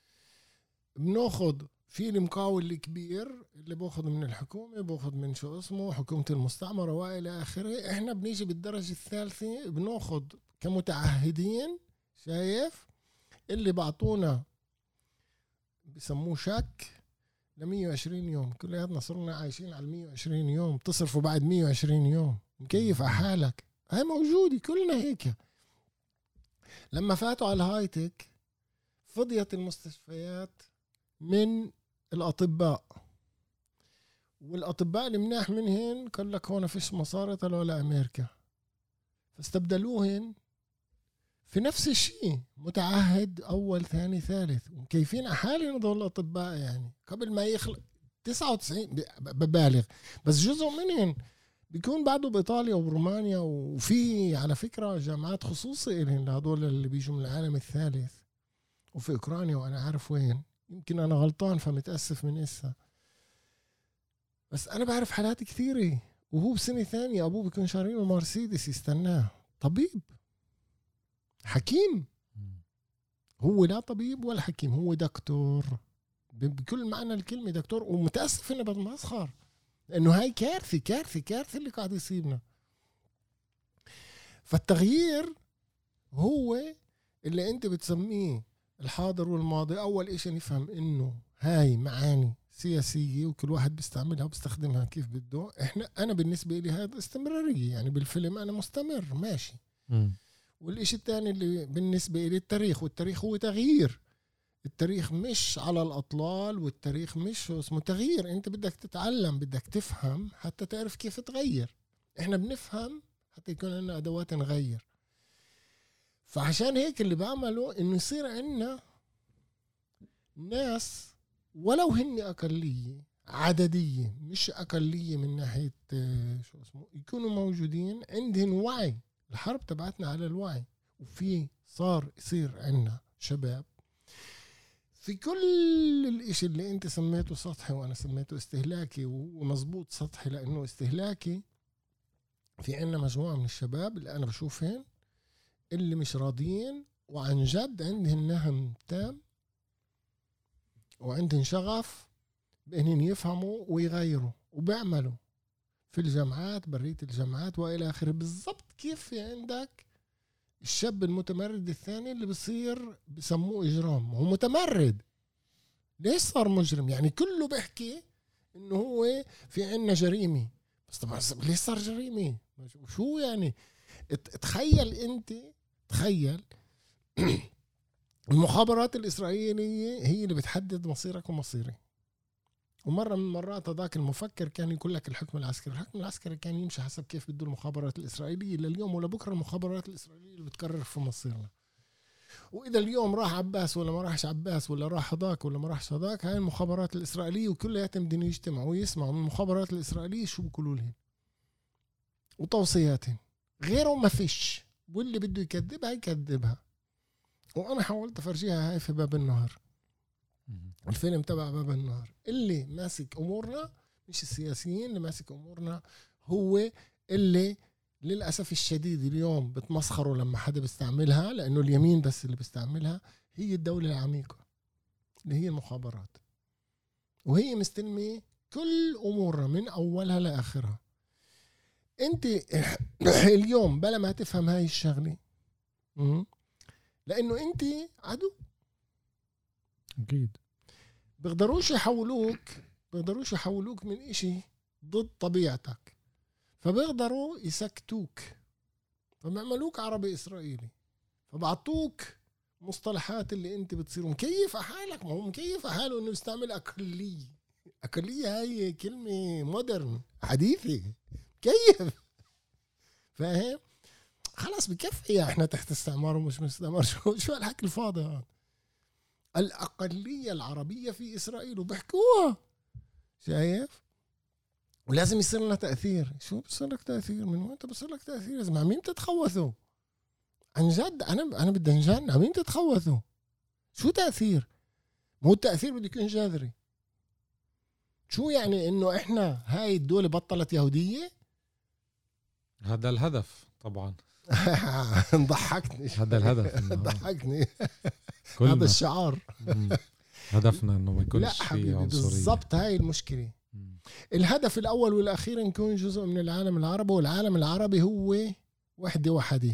بناخد في المقاول الكبير اللي باخد من الحكومة، باخد من شو اسمه حكومة المستعمرة وإلى آخره. احنا بنيجي بالدرجة الثالثة بناخد كمتعهدين، شايف اللي بعطونا بسموه شك ل مية وعشرين يوم، كلياتنا صرنا عايشين على مية وعشرين يوم، تصرفوا بعد مية وعشرين يوم. مكيف على حالك، هاي موجودة كلنا هيك. لما فاتوا على الهايتك فضيت المستشفيات من الأطباء، والأطباء اللي مناح منهن قال لك هون فيش مصاري، طلعوا لأمريكا، فاستبدلوهن في نفس الشيء، متعهد أول ثاني ثالث، وكيفين أحالي هذول الأطباء يعني قبل ما يخلق تسعة وتسعين ببالغ، بس جزء منهن بيكون بعده بإيطاليا وبرومانيا، وفي على فكرة جامعات خصوصية إلهن لهدول اللي بيجوا من العالم الثالث، وفي أوكرانيا وأنا عارف وين، يمكن أنا غلطان فمتأسف من إسا، بس أنا بعرف حالات كثيرة وهو بسنة ثانية أبوه بيكون شارينه مرسيدس يستناه، طبيب حكيم، هو لا طبيب ولا حكيم، هو دكتور بكل معنى الكلمة، دكتور، ومتأسف إنه بتمسخر لأنه هاي كارثة كارثة كارثة اللي قاعد يصيبنا. فالتغيير هو اللي أنت بتسميه الحاضر والماضي. أول إشي نفهم إنه هاي معاني سياسية وكل واحد بيستعملها وبيستخدمها كيف بده. إحنا أنا بالنسبة لي هذا استمرارية، يعني بالفيلم أنا مستمر ماشي. م. والإشي الثاني اللي بالنسبة لي التاريخ، والتاريخ هو تغيير. التاريخ مش على الأطلال، والتاريخ مش اسمه تغيير، أنت بدك تتعلم، بدك تفهم حتى تعرف كيف تغير. إحنا بنفهم حتى يكون لنا أدوات نغير. فعشان هيك اللي بعمله إنه يصير عنا ناس ولو هن أقلية عددية، مش أقلية من ناحية شو اسمه، يكونوا موجودين عندهم وعي. الحرب تبعتنا على الوعي، وفي صار يصير عنا شباب في كل الاشي اللي انت سميته سطحي وانا سميته استهلاكي، ومزبوط سطحي لانه استهلاكي. في عنا مجموعة من الشباب اللي انا بشوفهم اللي مش راضيين وعن جد عندهم نهم تام وعندهم شغف بأنهم يفهموا ويغيروا، وبيعملوا في الجامعات، برية الجامعات وإلى آخره. بالضبط كيف في عندك الشاب المتمرد الثاني اللي بصير بسموه إجرام، هو متمرد. ليش صار مجرم؟ يعني كله بيحكي إنه هو في عنا جريمة، بس طبعا ليش صار جريمة؟ شو يعني؟ تخيل أنت، تخيل المخابرات الإسرائيلية هي اللي بتحدد مصيرك ومصيري. ومرة من مرات هذاك المفكر كان يقول لك الحكم العسكري، الحكم العسكري كان يمشي حسب كيف بده المخابرات الإسرائيلية. لليوم ولا بكرة المخابرات الإسرائيلية اللي بتقرر في مصيرنا. وإذا اليوم راح عباس ولا ما راحش عباس، ولا راح هذاك ولا ما راحش هذاك، هاي المخابرات الإسرائيلية وكلياتهم بدهم يجتمعوا ويسمعوا من المخابرات الإسرائيلية شو بيقولوا لهم وتوصياتهم، غيرهم ما فيش. واللي بده يكذبها يكذبها. وأنا حاولت أفرجيها هاي في باب النهر، الفيلم تبع باب النهر. اللي ماسك أمورنا مش السياسيين، اللي ماسك أمورنا هو اللي للأسف الشديد اليوم بتمسخروا لما حدا بيستعملها، لأنه اليمين بس اللي بيستعملها. هي الدولة العميقة اللي هي المخابرات، وهي مستلمة كل أمورنا من أولها لآخرها. أنت اليوم بلا ما تفهم هاي الشغلة، لأنه أنت عدو أكيد. بيقدروش يحولوك بيقدروش يحولوك من إشي ضد طبيعتك، فبيقدروا يسكتوك، فبيعملوك عربي إسرائيلي، فبعطوك مصطلحات اللي أنت بتصير مكيف حالك. ما هو مكيف حاله إنه يستعمل أقلية. أقلية هاي كلمة مودرن حديثة، كيف فاهم؟ خلاص بكفي احنا تحت استعمار ومش مستعمر. شو شو الحكي الفاضي هذا؟ الأقلية العربية في إسرائيل وبحكوها، شايف؟ ولازم يصير لنا تأثير. شو بصير لك تأثير؟ من وين بصير لك تأثير؟ لازم عم مين تتخوثوا عن جد؟ أنا أنا بدي انجن. عم مين تتخوثوا؟ شو تأثير؟ مو التأثير بده يكون جذري. شو يعني إنه إحنا هاي الدولة بطلت يهودية؟ هذا الهدف طبعا. ضحكني هذا الهدف. ضحكني هذا الشعار. هدفنا انه ما يكونش في عنصرية. بالضبط هاي المشكلة. مم. الهدف الأول والأخير نكون جزء من العالم العربي، والعالم العربي هو وحدة وحدة.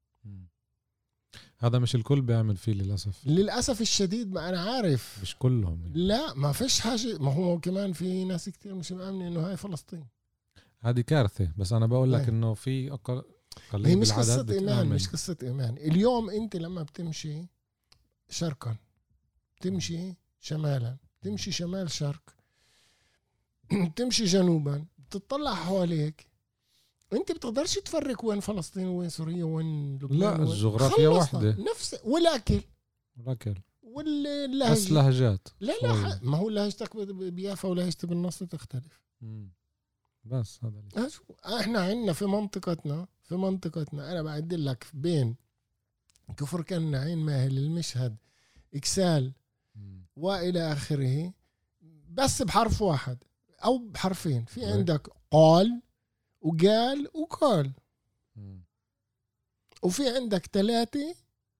هذا مش الكل بيعمل فيه للأسف. للأسف الشديد. ما أنا عارف مش كلهم. لا ما فيش حاجة. ما هو كمان في ناس كتير مش مآمنة إنه هاي فلسطين. هذه كارثة. بس أنا بقول لك أي. إنه في أقل هي مش قصة إيمان، مش قصة إيمان. اليوم أنت لما بتمشي شرقا، تمشي شمالا، تمشي شمال شرق، تمشي جنوبا، بتطلع حواليك، انت بتقدرش تفرق وين فلسطين وين سوريا وين لبنان. لا الجغرافيا واحدة نفس والاكل والاكل واللهجة بس لهجات. لا لا ما هو لهجتك بيافا ولهجتي بالنص تختلف. مم. بس هذا اللي. احنا عندنا في منطقتنا في منطقتنا انا بعدل لك بين كفر كنا، عين ماهل، المشهد، اكسال مم. والى اخره، بس بحرف واحد او بحرفين. في مم. عندك قال وقال وقال، وفي عندك ثلاثة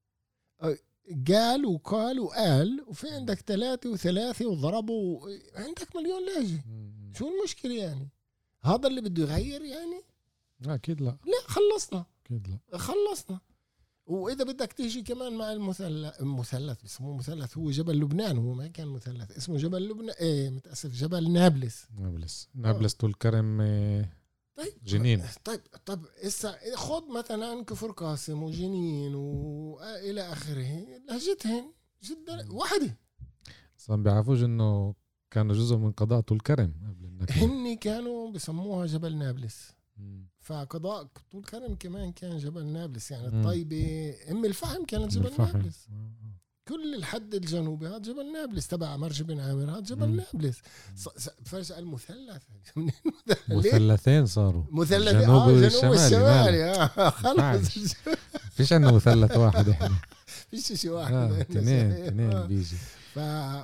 قال وقال وقال، وفي عندك ثلاثة وثلاثة وضربوا، عندك مليون لهجة. شو المشكلة يعني؟ هذا اللي بده يغير يعني؟ أكيد لا. لا خلصنا، أكيد لا خلصنا. وإذا بدك تيجي كمان مع المثلث، مثلث بسموه مثلث، هو جبل لبنان، هو ما كان مثلث، اسمه جبل لبنان، ايه متأسف، جبل نابلس. نابلس نابلس طول كرم طيب جنين. طيب طيب إسا خد مثلا كفر قاسم وجنين وإلى آخره، لهجتهم جدا واحدة. بس ما بيعرفوش إنه كانوا جزء من قضاء طول كرم قبل النكبة. هني كانوا بسموها جبل نابلس. مم. فقضاء طول كرم كمان كان جبل نابلس. يعني مم. الطيبة أم الفحم كانت جبل الفحم. نابلس. مم. كل الحد الجنوبي هذا جبل نابلس، تبع مرج بن عامر هذا جبل مم. نابلس. فجأة المثلث مثلثين صاروا، مثلث جنوب آه جنوب الشمالي. آه خلص فيش عندنا مثلث واحد احنا، فيش شيء واحد، آه. تنين تنين آه. بيجي. ف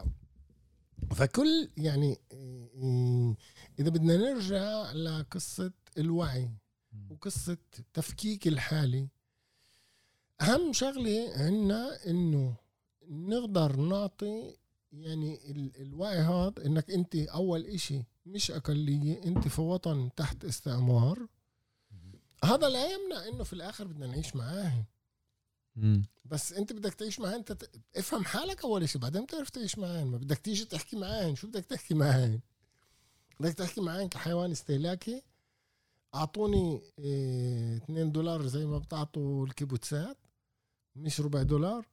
فكل يعني إذا بدنا نرجع لقصة الوعي وقصة تفكيك الحالي، أهم شغلة عنا إنه نقدر نعطي يعني الوعي هذا، إنك أنت أول إشي مش أقلية، أنت في وطن تحت استعمار. هذا لا يمنع إنه في الآخر بدنا نعيش معاه، بس أنت بدك تعيش معاه، أنت افهم حالك أول إشي، بعدين تعرف تعيش معاه. ما بدك تيجي تحكي معاه، شو بدك تحكي معاه؟ بدك تحكي معاه كحيوان استهلاكي؟ أعطوني اه اثنين دولار زي ما بتعطوا الكيبوتسات، مش ربع دولار.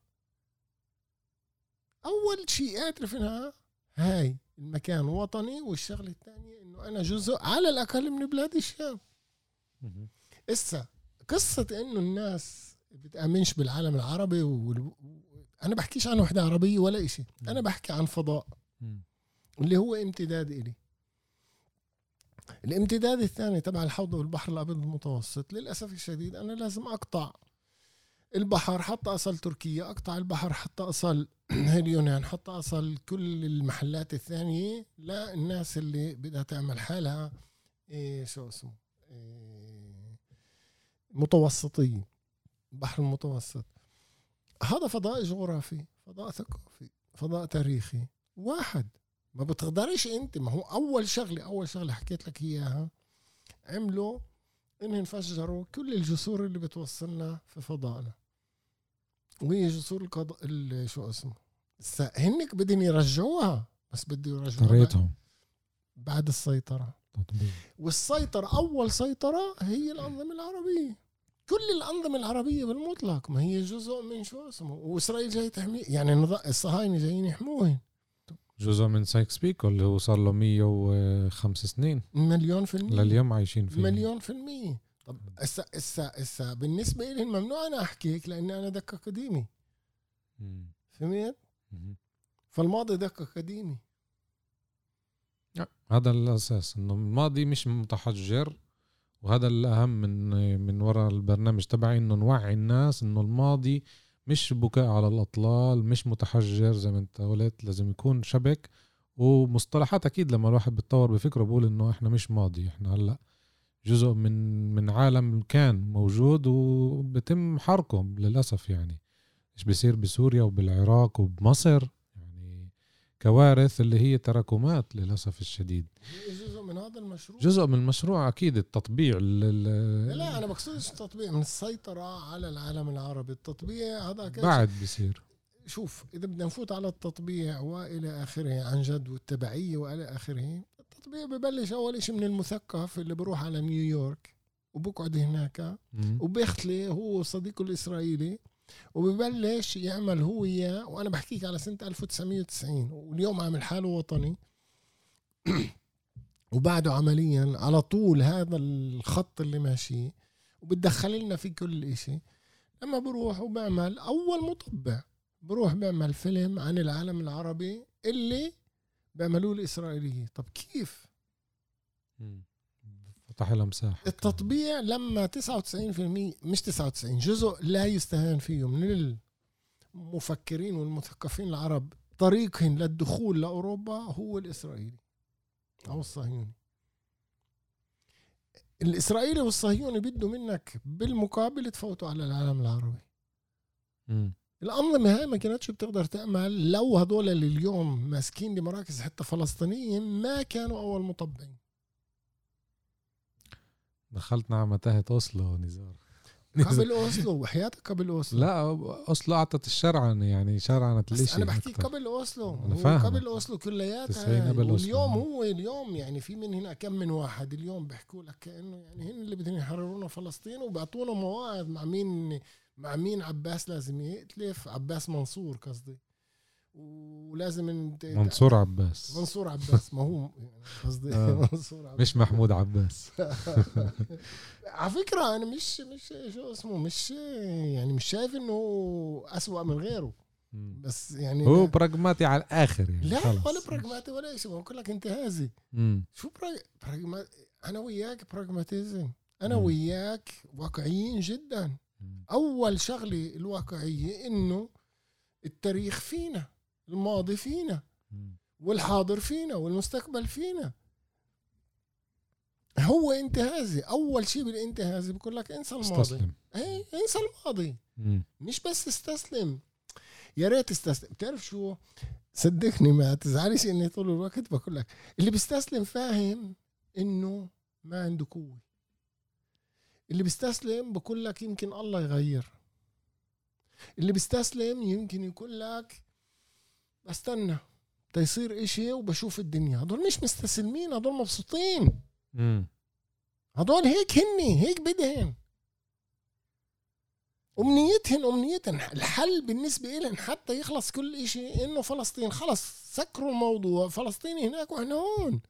أول شيء اعترف إنها هاي المكان وطني، والشغلة الثانية إنه أنا جزء على الأقل من بلاد الشام. إسا قصة إنه الناس بتأمنش بالعالم العربي و... أنا بحكيش عن وحدة عربية ولا إشي، أنا بحكي عن فضاء اللي هو امتداد إلي. الامتداد الثاني تبع الحوض والبحر الأبيض المتوسط، للأسف الشديد أنا لازم أقطع البحر حتى أصل تركيا، أقطع البحر حتى أصل اليونان، حتى أصل كل المحلات الثانية للناس اللي بدها تعمل حالها إيه شو اسمه إيه متوسطية، بحر المتوسط. هذا فضاء جغرافي، فضاء ثقافي، فضاء تاريخي واحد. ما بتقدرش انت، ما هو اول شغله اول شغله حكيت لك اياها، عملوا انهم فجروا كل الجسور اللي بتوصلنا في فضائنا، وهي جسور القضاء شو اسمه هنك بدهم يرجعوها، بس بده يرجعوها بعد السيطره. والسيطره اول سيطره هي الانظمه العربيه، كل الانظمه العربيه بالمطلق ما هي جزء من شو اسمه، واسرائيل جاي تحمي، يعني الصهاينه جايين يحموهن، جزء من سايكس بيكو اللي هو صار له مية وخمس سنين، مليون في المية لليوم عايشين فيه، مليون في المية. طب اسا اسا اسا بالنسبة لي ممنوع أنا أحكيك لأن أنا دكة قديمي، فهمت؟ فالماضي دكة قديمي. هذا الأساس، إنه الماضي مش متحجر، وهذا الأهم من من وراء البرنامج تبعي، إنه نوعي الناس إنه الماضي مش بكاء على الأطلال، مش متحجر زي ما انت قلت، لازم يكون شبك ومصطلحات. أكيد لما الواحد بيتطور بفكره بقول إنه إحنا مش ماضي، إحنا هلأ جزء من من عالم كان موجود وبتم حركه للأسف. يعني إيش بيصير بسوريا وبالعراق وبمصر، يعني كوارث اللي هي تراكمات للأسف الشديد. جزء من هذا المشروع، جزء من المشروع أكيد التطبيع. لا أنا بقصدش التطبيع من السيطرة على العالم العربي، التطبيع هذا بعد بيصير. شوف إذا بدنا نفوت على التطبيع وإلى آخره عن جد والتبعية وإلى آخره، طبيعي ببلش أول إشي من المثقف اللي بروح على نيويورك وبقعد هناك وبيختلي هو صديقه الإسرائيلي وببلش يعمل هو إياه. وأنا بحكيك على سنة ألف وتسعمية وتسعين واليوم عامل حاله وطني وبعده عمليا على طول هذا الخط اللي ماشي وبتدخل لنا في كل إشي. لما بروح وبعمل أول مطبع بروح بعمل فيلم عن العالم العربي اللي بيعملوه الإسرائيليين. طب كيف؟ فتح لها مساحة التطبيع لما تسعة وتسعين بالمية مش تسعة وتسعين جزء لا يستهان فيه من المفكرين والمثقفين العرب طريقهم للدخول لأوروبا هو الإسرائيلي أو الصهيوني. الإسرائيلي والصهيوني بده منك بالمقابل تفوتوا على العالم العربي. م. الأنظمة هاي ما كانتش بتقدر تعمل لو هدول اللي اليوم ماسكين لمراكز حتى فلسطينية ما كانوا أول مطبعين. دخلتنا على متاهة أوسلو نزار قبل أوسلو وحياتك قبل أوسلو. لا أوسلو أعطت الشرعنة يعني شرعنة ليش أنا بحكي قبل أوسلو أنا قبل أوسلو كلياتها. واليوم هو اليوم يعني في من هنا كم من واحد اليوم بيحكوا لك كأنه يعني هن اللي بدهم يحررونا فلسطين وبعطونا مواعظ مع مين مع مين عباس لازم يتلف. عباس منصور قصدي ولازم انت منصور عباس منصور عباس ما هو قصدي آه. منصور عباس مش محمود عباس. على فكرة أنا مش مش شو اسمه مش يعني مش شايف إنه أسوأ من غيره بس يعني هو براغماتي على الآخر يعني. لا ولا براغماتي ولا شيء بقول لك انتهازي. شو براغ أنا وياك براغماتيزم أنا مم. وياك واقعيين جدا. مم. أول شغلة الواقعية إنه التاريخ فينا الماضي فينا مم. والحاضر فينا والمستقبل فينا. هو انتهازي أول شيء بالانتهازي بقول لك انسى الماضي استسلم. ايه انسى الماضي مم. مش بس استسلم يا ريت استسلم. بتعرف شو صدقني ما تزعلش اني طول الوقت بقول لك اللي بيستسلم فاهم انه ما عنده قوة. اللي بيستسلم بقول لك يمكن الله يغير. اللي بيستسلم يمكن يقول لك بستنى تيصير اشي وبشوف الدنيا. هدول مش مستسلمين هدول مبسوطين. مم. هدول هيك هني هيك بدهن أمنيتهن أمنيتهن الحل بالنسبة إلهن حتى يخلص كل إشي إنه فلسطين خلص سكروا الموضوع فلسطيني هناك وإحنا هون.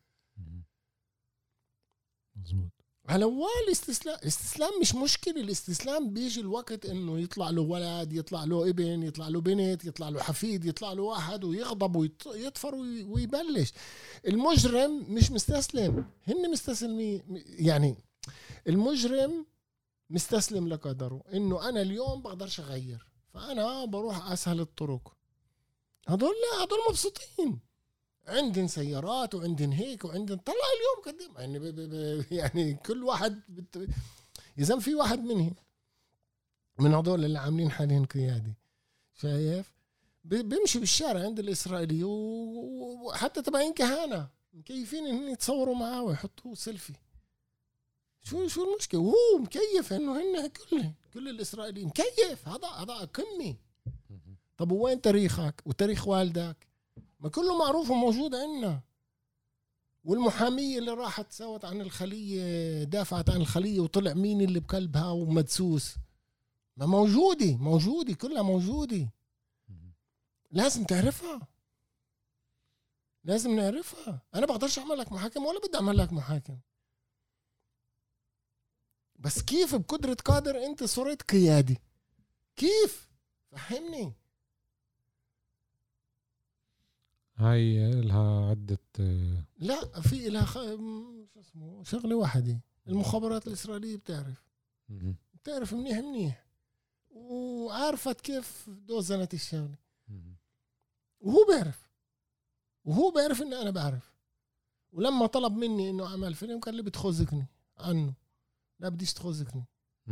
مزبوط. على وال استسلام. الاستسلام مش مشكلة. الاستسلام بيجي الوقت إنه يطلع له ولد يطلع له ابن يطلع له بنت يطلع له حفيد يطلع له واحد ويغضب ويطفر ويبلش. المجرم مش مستسلم هن مستسلمين يعني. المجرم مستسلم لقدره انه انا اليوم بقدرش اغير فانا بروح اسهل الطرق. هدول لا هدول مبسوطين عندن سيارات وعندن هيك وعندن طلع اليوم قديم يعني بي بي بي يعني كل واحد بت... يزم في واحد منهم من هدول اللي عاملين حالهم قيادي شايف بيمشي بالشارع عند الاسرائيلي وحتى تبعين كهانة مكيفين ان يتصوروا معاه ويحطوا سيلفي. شو شو المشكلة وهو مكيف انه هن كل كل الاسرائيليين مكيف. هذا هذا قمي. طب وين تاريخك وتاريخ والدك؟ ما كله معروف وموجود عندنا. والمحامية اللي راحت سوت عن الخلية دافعت عن الخلية وطلع مين اللي بقلبها ومدسوس ما موجودة موجودة كلها موجودة. لازم تعرفها لازم نعرفها. انا بقدرش اعمل لك محاكم ولا بدي اعمل لك محاكم بس كيف بقدرة قادر انت صرت قيادي كيف فهمني. هاي لها عدة لا في لها خ... شو اسمه شغلة واحدة. المخابرات الإسرائيلية بتعرف بتعرف منيح منيح وعارفت كيف دوزنت الشغلة وهو بيعرف وهو بيعرف ان انا بعرف. ولما طلب مني انه اعمل فيلم قال لي بتخزقني عنه لا بديش تخزقني.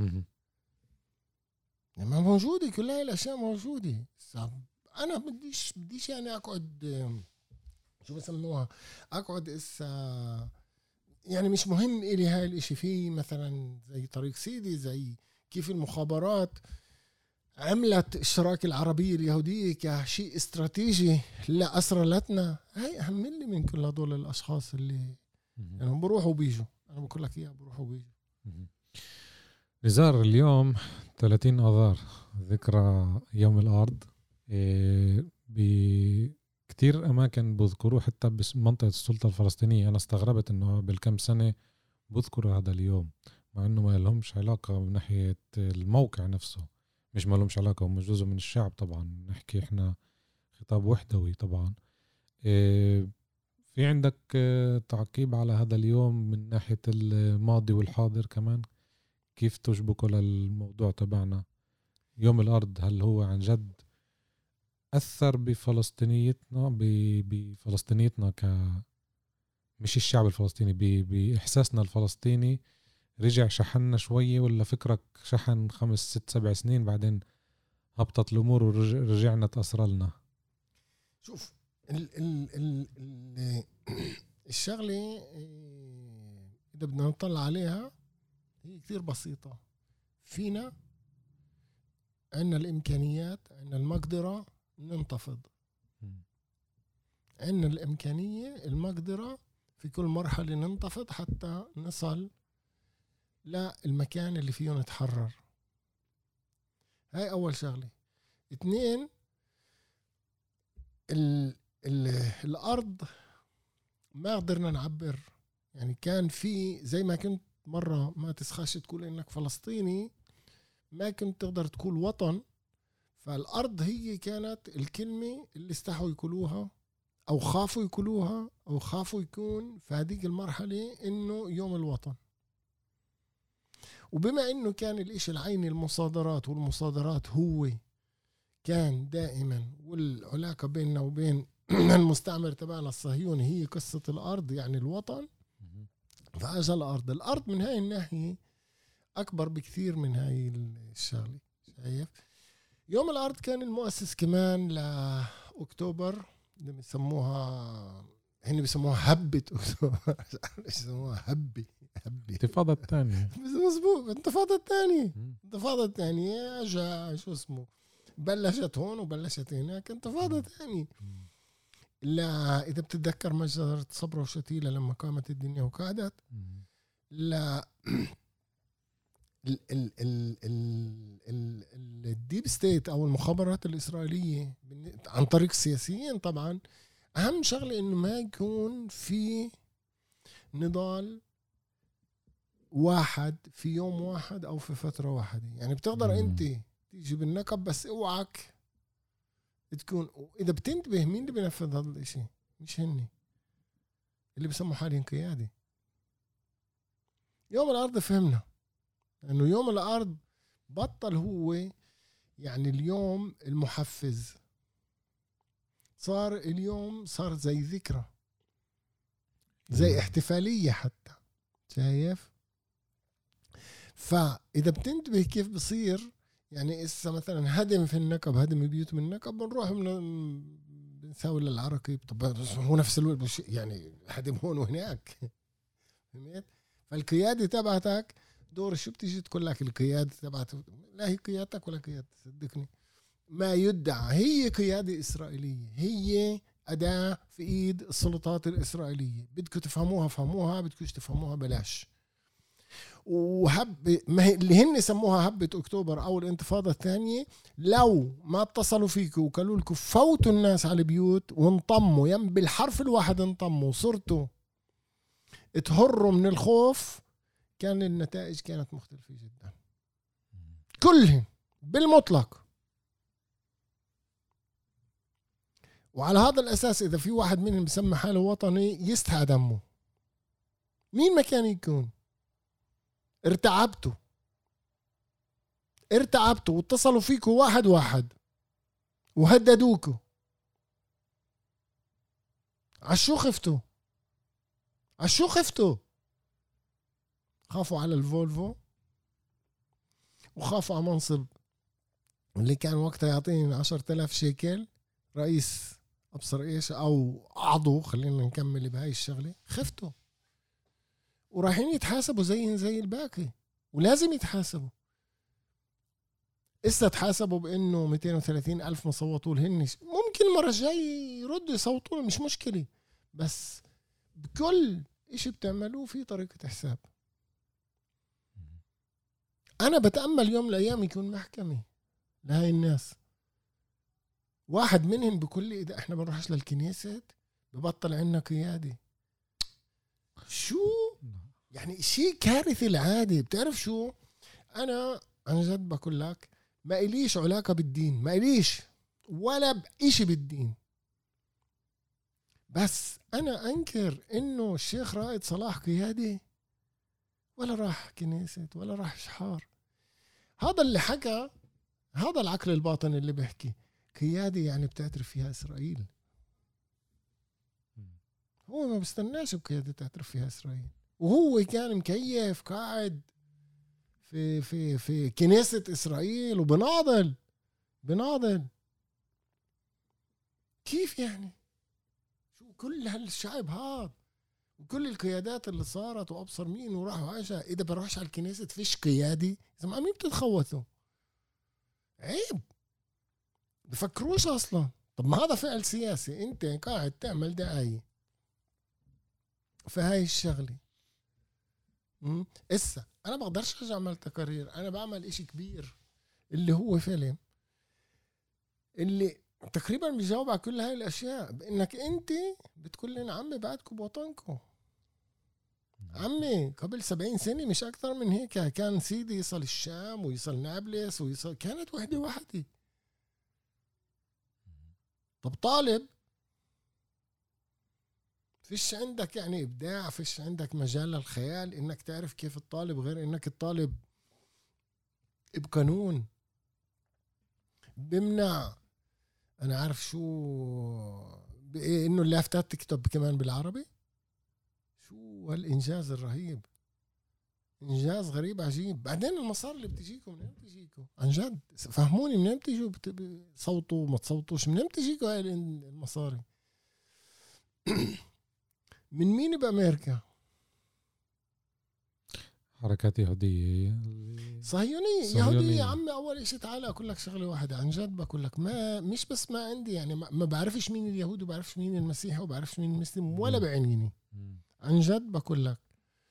ما موجودة كل هاي الاشياء موجودة. انا بديش بديش يعني اقعد شو بسموها اقعد اسا يعني مش مهم الي هاي الاشي فيه مثلا زي طريق سيدي زي كيف المخابرات عملت الشراكة العربية اليهودية كشيء استراتيجي لا أسرلتنا. هاي أهم لي من كل هدول الأشخاص اللي يعني هم بروحوا وبيجوا، أنا بقول لك إياه بروحوا وبيجوا. نزار اليوم ثلاثين آذار ذكرى يوم الأرض. إيه بكتير أماكن بذكروه حتى بمنطقة السلطة الفلسطينية. أنا استغربت إنه بالكم سنة بذكروا هذا اليوم مع إنه ما لهمش علاقة من ناحية الموقع نفسه، مش ما لهمش علاقة، هم جزء من الشعب طبعا، نحكي إحنا خطاب وحدوي طبعا. إيه في عندك تعقيب على هذا اليوم من ناحية الماضي والحاضر كمان؟ كيف تشبكوا للموضوع تبعنا يوم الأرض؟ هل هو عن جد أثر بفلسطينيتنا بفلسطينيتنا ك مش الشعب الفلسطيني بإحساسنا الفلسطيني، رجع شحننا شوية، ولا فكرك شحن خمس ست سبع سنين بعدين هبطت الأمور ورجعنا تأثرلنا؟ شوف ال ال ال ال الشغلة إذا بدنا نطلع عليها هي كتير بسيطة. فينا عنا الإمكانيات، عنا المقدرة ننتفض، عنا الإمكانية المقدرة في كل مرحلة ننتفض حتى نصل للمكان اللي فيه نتحرر. هاي أول شغلة. اثنين، ال ال الأرض ما قدرنا نعبر، يعني كان في زي ما كنت مرة ما تسخش تقول إنك فلسطيني، ما كنت تقدر تقول وطن. فالأرض هي كانت الكلمة اللي استحوا يقولوها أو خافوا يقولوها أو خافوا يكون في هذه المرحلة إنه يوم الوطن. وبما إنه كان الإشي العيني المصادرات، والمصادرات هو كان دائما، والعلاقة بيننا وبين المستعمر تبعنا الصهيوني هي قصة الأرض، يعني الوطن. فأجل الأرض الأرض من هاي الناحية أكبر بكثير من هاي الشغلة. شايف؟ يوم الأرض كان المؤسس كمان لأكتوبر اللي بيسموها، هن بيسموها هبة أكتوبر بيسموها هبة هبة الانتفاضة الثانية. مظبوط، الانتفاضة الثانية. الانتفاضة الثانية أجا شو اسمه بلشت هون وبلشت هناك، انتفاضة ثانية. لا إذا بتتذكر مجزرة صبرا وشتيلة لما قامت الدنيا وقعدت، لا ال ال ال ال الديب ستيت أو المخابرات الإسرائيلية عن طريق السياسيين طبعا، أهم شغلة إنه ما يكون في نضال واحد في يوم واحد أو في فترة واحدة. يعني بتقدر مم. أنت تيجي بالنقب، بس اوعك تكون، إذا بتنتبه مين اللي بينفذ هذا الإشي؟ مش هني اللي بيسموا حالهم قيادي. يوم الأرض فهمنا أنه يوم الأرض بطل هو يعني اليوم المحفز، صار اليوم صار زي ذكرى، زي احتفالية حتى. شايف؟ فإذا بتنتبه كيف بصير، يعني إسا مثلا هدم في النقب، هدم بيوت من النقب، بنروح من بنساوي للعراقيب. طب هو نفس الوقت يعني هدم هون وهناك. فهمت؟ فالقيادة تبعتك دور شو بتيجي تقول لك القيادة تبعتك؟ لا هي قيادتك ولا قيادة، صدقني ما يدعى هي قيادة إسرائيلية، هي أداة في إيد السلطات الإسرائيلية. بدكم تفهموها فهموها، بدكوش تفهموها بلاش. وهب ما هي اللي هن سموها هبة أكتوبر أو الانتفاضة الثانية، لو ما اتصلوا فيكم وقالوا لكم فوتوا الناس على البيوت وانطموا، يم بالحرف الواحد انطموا، صرتوا تهروا من الخوف، كان النتائج كانت مختلفة جدا كلهم بالمطلق. وعلى هذا الأساس إذا في واحد منهم بسمى حاله وطني يستحى دمه، مين ما كان يكون. ارتعبتوا ارتعبتوا واتصلوا فيكوا واحد واحد وهددوكوا. عشو خفتوا؟ عشو خفتوا؟ خافوا على الفولفو، وخافوا على منصب اللي كان وقتها يعطيني عشرة آلاف شيكل رئيس أبصر إيش أو عضو، خلينا نكمل بهاي الشغلة. خفتوا ورايحين يتحاسبوا زيهم زي الباقي، ولازم يتحاسبوا. إسا تحاسبوا بأنه مئتين وثلاثين ألف ما صوتوا لهنش، ممكن المرة الجاي يردوا يصوتوا، مش مشكلة، بس بكل إشي بتعملوه في طريقة حساب. أنا بتأمل يوم الأيام يكون محكمة لهاي الناس، واحد منهم بكل لي إذا إحنا بنروحش للكنيسة ببطل عنا قيادة. شو يعني شيء كارثي العادي. بتعرف شو، أنا عن جد بقول لك ما إليش علاقة بالدين، ما إليش ولا بإشي بالدين، بس أنا أنكر إنه الشيخ رائد صلاح قيادي ولا راح كنيسة ولا راح شحار. هذا اللي حكى، هذا العقل الباطن اللي بيحكي قيادي يعني بتعترف فيها إسرائيل. هو ما بستناش بقيادة تعترف فيها إسرائيل، وهو كان مكيف قاعد في في في كنيسة إسرائيل وبناضل بناضل. كيف يعني؟ شو كل هالشعب هذا وكل القيادات اللي صارت وأبصر مين وراحوا عاشا، إذا بروحش على الكنيسة فيش قيادي؟ إذا ما مين بتتخوثوا؟ عيب، بفكروش أصلا. طب ما هذا فعل سياسي، أنت قاعد تعمل دعاية فهاي الشغلة. إسا أنا بقدرش أرجع أعمل تقارير، أنا بعمل إشي كبير اللي هو فيلم اللي تقريبا بيجاوب على كل هاي الأشياء، بإنك أنت بتقول لنا عمي بعدكم بوطنكم. عمي قبل سبعين سنة مش أكثر من هيك كان سيدي يصل الشام ويصل نابلس ويصل، كانت وحدة وحدة. طب طالب فيش عندك يعني إبداع، فيش عندك مجال للخيال إنك تعرف كيف الطالب، غير إنك الطالب بقانون بمنع أنا عارف شو إنه اللافتات تكتب كمان بالعربي. شو هالإنجاز الرهيب، إنجاز غريب عجيب. بعدين المصاري اللي بتجيكم منين بتجيكم عن جد؟ فهموني منين بتجوا؟ بتصوتوا ما تصوتوش منين بتجيكوا هاي المصاري؟ من مين بأمريكا؟ حركات يهودية صهيونية يهودية. يا عمي أول إشي تعالى أقول لك شغلة واحدة عن جد بقول لك، ما مش بس ما عندي يعني ما, ما بعرفش مين اليهود وبعرفش مين المسيحي وبعرفش مين المسلم ولا بعينيني عن جد بقول لك.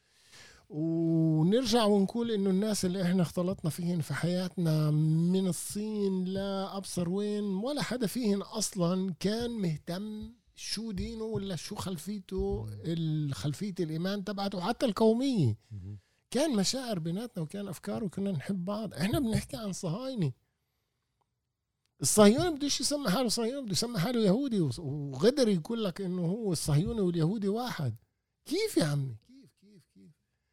ونرجع ونقول إنه الناس اللي إحنا اختلطنا فيهن في حياتنا من الصين لا أبصر وين، ولا حدا فيهن أصلا كان مهتم شو دينه ولا شو خلفيته الخلفية الإيمان تبعته حتى القومية. كان مشاعر بيناتنا وكان أفكار وكنا نحب بعض. إحنا بنحكي عن صهاينة. الصهيوني بدوش يسمى حاله صهيوني، بده يسمى حاله يهودي، وغدر يقول لك إنه هو الصهيوني واليهودي واحد. كيف يا عمي؟ كيف كيف كيف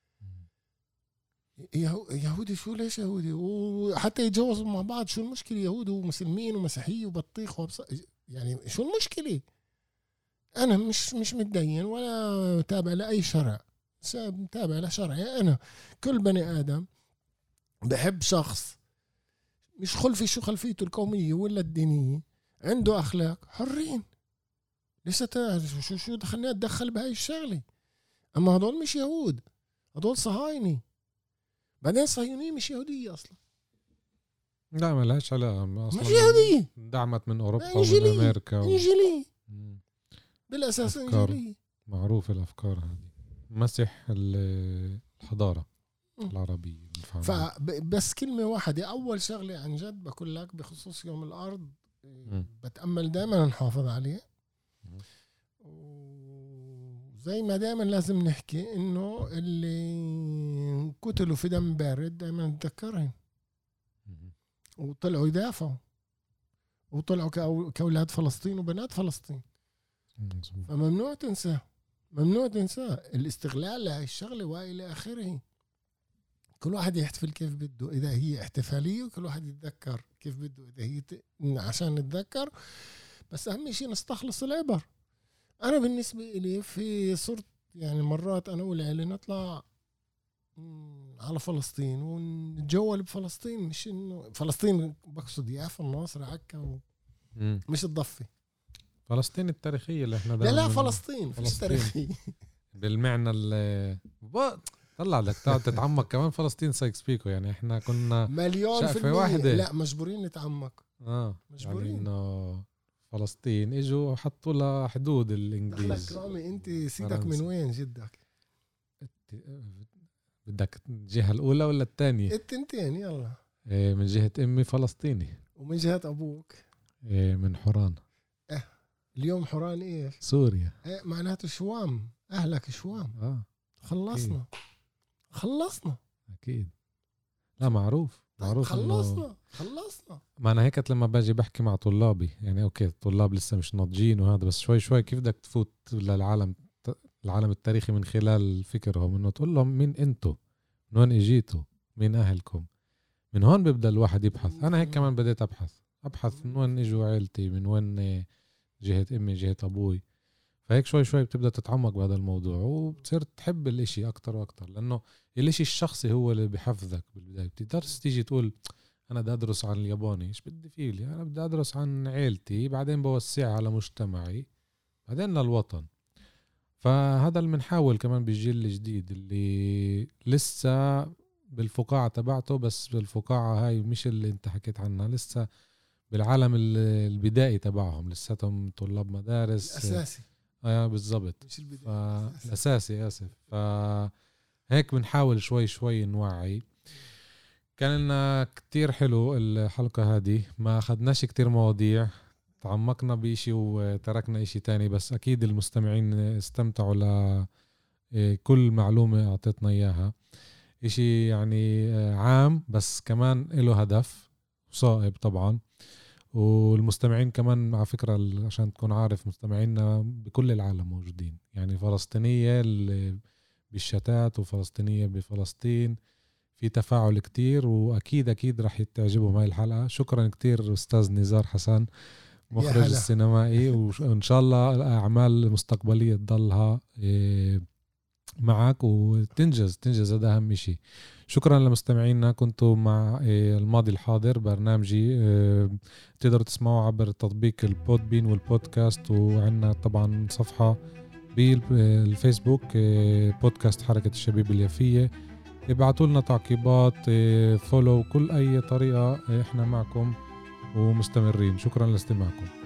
يهودي؟ شو ليش يهودي؟ وحتى يتجوزوا مع بعض شو المشكلة؟ يهود ومسلمين ومسيحية وبطيخ وبص... يعني شو المشكلة؟ أنا مش مش متدين ولا تابع لأي شرع، تابع لشرعي. أنا كل بني آدم بحب شخص مش خلفي شو خلفيته القومية ولا الدينية، عنده أخلاق، حرين. لسه تعرف شو شو دخلني أتدخل بهاي الشغلة؟ أما هدول مش يهود، هدول صهاينة. بعدين صهيونية مش يهودية أصلا، لا ما لهاش علاقة أصلا، مش يهودية، دعمت من أوروبا ومن أمريكا و... إنجيلية بالأساس، إنجيلية معروف. الأفكار هذه مسح الحضارة العربية. فبس كلمة واحدة، أول شغلة عن جد بقول لك بخصوص يوم الأرض م. بتأمل دائما نحافظ عليه، وزي ما دائما لازم نحكي إنه اللي قتلوا في دم بارد دائما نتذكرهم، وطلعوا يدافعوا، وطلعوا كأولاد فلسطين وبنات فلسطين. فممنوع تنساه، ممنوع تنساه الاستغلال لهي الشغلة وإلى آخره. كل واحد يحتفل كيف بده إذا هي احتفالية، وكل واحد يتذكر كيف بده إذا هي ت... عشان نتذكر. بس أهم شيء نستخلص العبر. أنا بالنسبة إلي في صرت يعني مرات أنا والعيلة نطلع على فلسطين ونتجول بفلسطين، مش إنه فلسطين بقصد يافا الناصر عكا و... مش الضفة فلسطين التاريخية اللي احنا لا لا فلسطين فلسطين تاريخية بالمعنى اللي طلع لك تقعد تتعمق كمان. فلسطين سايكس بيكو يعني احنا كنا مليون في المية لا مجبورين نتعمق. اه مجبورين يعني انه فلسطين اجوا حطوا لها حدود الانجليز. دخلك رامي انت سيدك من وين جدك؟ بدك الجهة الأولى ولا الثانية؟ التنتين يلا. إيه من جهة أمي فلسطيني. ومن جهة أبوك؟ إيه من حوران. إيه اليوم حوران إيه؟ سوريا. إيه معناته شوام، أهلك شوام. آه خلصنا أكيد. خلصنا أكيد. لا معروف معروف. خلصنا خلصنا. ما أنا هيك لما باجي بحكي مع طلابي يعني أوكي الطلاب لسه مش ناضجين وهذا، بس شوي شوي كيف بدك تفوت للعالم العالم التاريخي من خلال فكرهم، إنه تقول لهم مين أنتوا، من وين إجيتوا، مين أهلكم. من هون بيبدأ الواحد يبحث. أنا هيك كمان بديت أبحث أبحث من وين إجوا عائلتي، من وين جهة أمي جهة أبوي. فهيك شوي شوي بتبدأ تتعمق بهذا الموضوع وبتصير تحب الاشي أكتر وأكتر، لأنه الاشي الشخصي هو اللي بحفظك بالبداية. بتقدرش تيجي تقول أنا بدي أدرس عن الياباني، إيش بدي فيه لي، أنا بدي أدرس عن عائلتي، بعدين بوسعها على مجتمعي، بعدين للوطن. فهذا اللي بنحاول كمان بالجيل الجديد اللي لسه بالفقاعة تبعته، بس بالفقاعة هاي مش اللي انت حكيت عنها، لسه بالعالم البدائي تبعهم، لساتهم طلاب مدارس الأساسي. اه بالضبط الأساسي آسف. فهيك بنحاول شوي شوي نوعي. كان لنا كتير حلو الحلقة هذه، ما أخذناش كتير مواضيع، تعمقنا بإشي وتركنا إشي تاني، بس أكيد المستمعين استمتعوا لكل معلومة أعطيتنا إياها. إشي يعني عام بس كمان له هدف صائب طبعا. والمستمعين كمان على فكرة عشان تكون عارف مستمعينا بكل العالم موجودين، يعني فلسطينية بالشتات وفلسطينية بفلسطين، في تفاعل كتير وأكيد أكيد رح تعجبهم هاي الحلقة. شكرا كتير أستاذ نزار حسن مخرج السينمائي، وإن شاء الله الأعمال المستقبلية تضلها معك وتنجز تنجز هذا أهم شيء. شكرا لمستمعينا، كنتوا مع الماضي الحاضر برنامجي، تقدروا تسمعوا عبر تطبيق البودبين والبودكاست، وعندنا طبعا صفحة بالفيسبوك بودكاست حركة الشبيب اليافية. ابعتوا لنا تعقيبات، فولو، كل أي طريقة، احنا معكم ومستمرين. شكرا لاستماعكم.